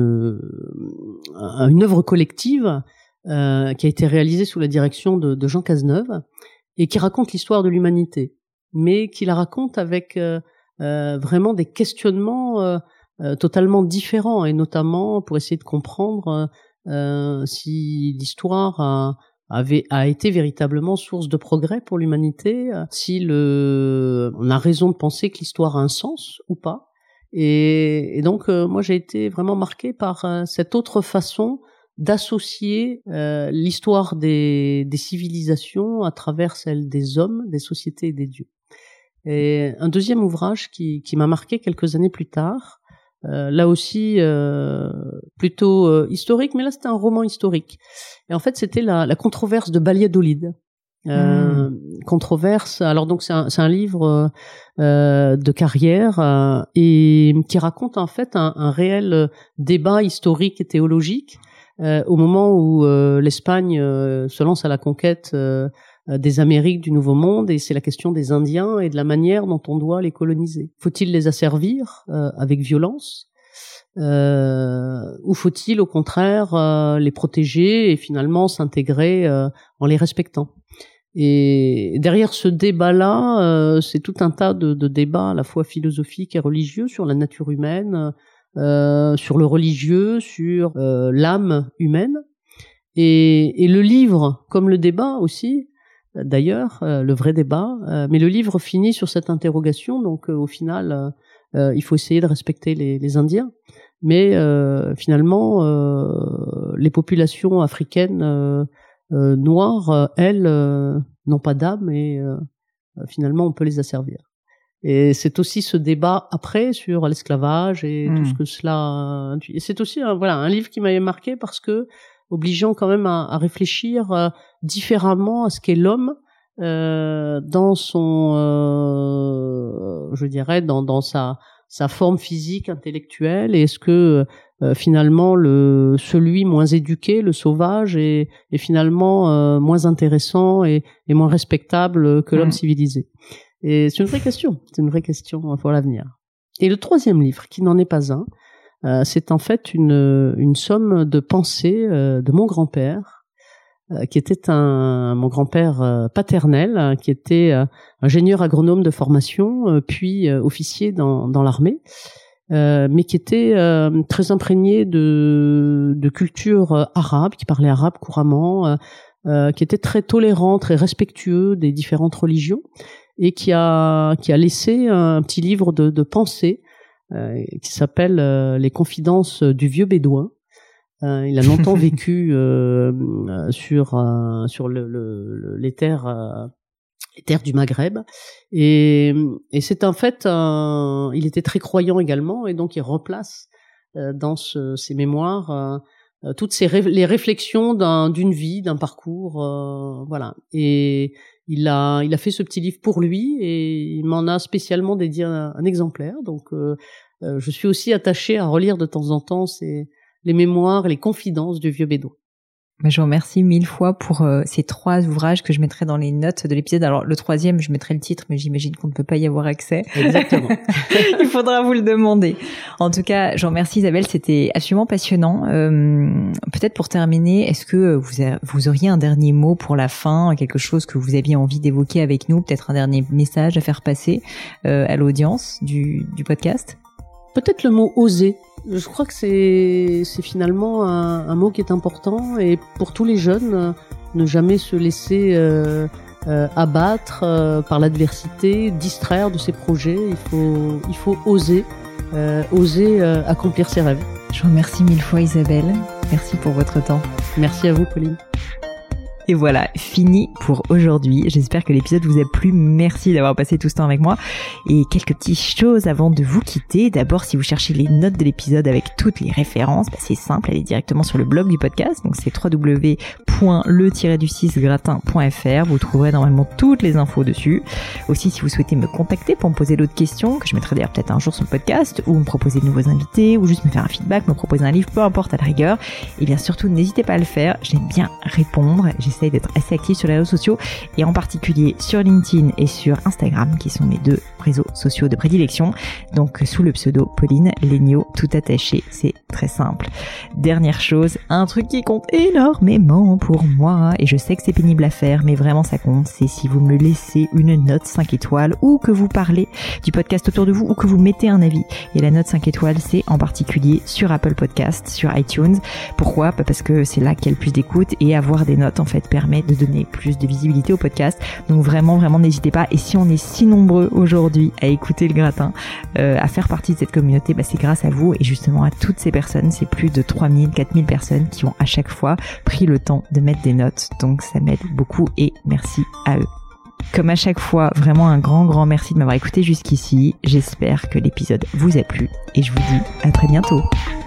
euh, une œuvre collective euh, qui a été réalisée sous la direction de, de Jean Cazeneuve et qui raconte l'histoire de l'humanité, mais qui la raconte avec euh, euh, vraiment des questionnements euh, euh, totalement différents, et notamment pour essayer de comprendre euh, si l'histoire a, avait a été véritablement source de progrès pour l'humanité, si le on a raison de penser que l'histoire a un sens ou pas. Et, et donc, euh, moi, j'ai été vraiment marqué par euh, cette autre façon d'associer euh, l'histoire des, des civilisations à travers celle des hommes, des sociétés et des dieux. Et un deuxième ouvrage qui, qui m'a marqué quelques années plus tard, euh, là aussi euh, plutôt euh, historique, mais là c'était un roman historique. Et en fait, c'était la, la controverse de Valladolid. Euh, mmh. Controverse. Alors donc c'est un, c'est un livre euh, de carrière euh, et qui raconte en fait un, un réel débat historique et théologique euh, au moment où euh, l'Espagne euh, se lance à la conquête euh, des Amériques du Nouveau Monde, et c'est la question des Indiens et de la manière dont on doit les coloniser. Faut-il les asservir euh, avec violence euh, ou faut-il au contraire euh, les protéger et finalement s'intégrer euh, en les respectant? Et derrière ce débat-là, euh, c'est tout un tas de, de débats à la fois philosophiques et religieux sur la nature humaine, euh, sur le religieux, sur euh, l'âme humaine. Et, et le livre, comme le débat aussi, d'ailleurs, euh, le vrai débat, euh, mais le livre finit sur cette interrogation. Donc euh, au final, euh, il faut essayer de respecter les, les Indiens. Mais euh, finalement, euh, les populations africaines euh, Euh, noires, euh, elles, euh, n'ont pas d'âme et euh, finalement on peut les asservir. Et c'est aussi ce débat après sur l'esclavage et mmh. tout ce que cela induit. Et c'est aussi un, voilà, un livre qui m'avait marqué parce que obligeant quand même à, à réfléchir euh, différemment à ce qu'est l'homme euh, dans son, euh, je dirais, dans, dans sa, sa forme physique, intellectuelle. Et est-ce que Euh, finalement le celui moins éduqué, le sauvage, est, est finalement euh, moins intéressant et, et moins respectable que l'homme mmh. civilisé. Et c'est une vraie question, c'est une vraie question pour l'avenir. Et le troisième livre, qui n'en est pas un, euh, c'est en fait une, une somme de pensées euh, de mon grand-père, euh, qui était un mon grand-père euh, paternel, euh, qui était euh, ingénieur agronome de formation, euh, puis euh, officier dans, dans l'armée. Euh, mais qui était euh, très imprégné de, de culture euh, arabe, qui parlait arabe couramment, euh, euh, qui était très tolérant, très respectueux des différentes religions, et qui a qui a laissé un petit livre de, de pensée euh, qui s'appelle euh, Les Confidences du vieux bédouin. Euh, il a longtemps vécu euh, sur euh, sur le, le, les terres euh, les terres du Maghreb, et, et c'est en fait un, il était très croyant également, et donc il replace euh, dans ce, ses mémoires euh, toutes ces ré, les réflexions d'un, d'une vie, d'un parcours, euh, voilà. Et il a il a fait ce petit livre pour lui, et il m'en a spécialement dédié un, un exemplaire. Donc euh, euh, je suis aussi attachée à relire de temps en temps ces, les mémoires et les confidences du vieux bédouin. Je vous remercie mille fois pour euh, ces trois ouvrages que je mettrai dans les notes de l'épisode. Alors le troisième, je mettrai le titre, mais j'imagine qu'on ne peut pas y avoir accès. Exactement. Il faudra vous le demander. En tout cas, je vous remercie Isabelle, c'était absolument passionnant. Euh, peut-être pour terminer, est-ce que vous, a, vous auriez un dernier mot pour la fin, quelque chose que vous aviez envie d'évoquer avec nous, peut-être un dernier message à faire passer euh, à l'audience du, du podcast? Peut-être le mot oser. Je crois que c'est, c'est finalement un, un mot qui est important, et pour tous les jeunes, euh, ne jamais se laisser euh, euh, abattre euh, par l'adversité, distraire de ses projets. Il faut, il faut oser, euh, oser euh, accomplir ses rêves. Je vous remercie mille fois Isabelle. Merci pour votre temps. Merci à vous Pauline. Et voilà, fini pour aujourd'hui. J'espère que l'épisode vous a plu. Merci d'avoir passé tout ce temps avec moi. Et quelques petites choses avant de vous quitter. D'abord, si vous cherchez les notes de l'épisode avec toutes les références, bah c'est simple, allez directement sur le blog du podcast. Donc c'est w w w point le tiret du six gratin point f r. Vous trouverez normalement toutes les infos dessus. Aussi, si vous souhaitez me contacter pour me poser d'autres questions, que je mettrai d'ailleurs peut-être un jour sur le podcast, ou me proposer de nouveaux invités, ou juste me faire un feedback, me proposer un livre, peu importe à la rigueur, et bien surtout n'hésitez pas à le faire. J'aime bien répondre. J'essaye d'être assez active sur les réseaux sociaux, et en particulier sur LinkedIn et sur Instagram, qui sont mes deux réseaux sociaux de prédilection. Donc sous le pseudo Pauline Léniaud, tout attaché, c'est très simple. Dernière chose, un truc qui compte énormément pour moi, et je sais que c'est pénible à faire, mais vraiment ça compte, c'est si vous me laissez une note cinq étoiles, ou que vous parlez du podcast autour de vous, ou que vous mettez un avis. Et la note cinq étoiles, c'est en particulier sur Apple Podcast, sur iTunes. Pourquoi ? Parce que c'est là qu'il y a le plus d'écoute, et avoir des notes en fait permet de donner plus de visibilité au podcast. Donc vraiment, vraiment n'hésitez pas. Et si on est si nombreux aujourd'hui aujourd'hui à écouter le gratin, euh, à faire partie de cette communauté, bah, c'est grâce à vous et justement à toutes ces personnes. C'est plus de trois mille, quatre mille personnes qui ont à chaque fois pris le temps de mettre des notes. Donc ça m'aide beaucoup et merci à eux. Comme à chaque fois, vraiment un grand grand merci de m'avoir écouté jusqu'ici. J'espère que l'épisode vous a plu et je vous dis à très bientôt.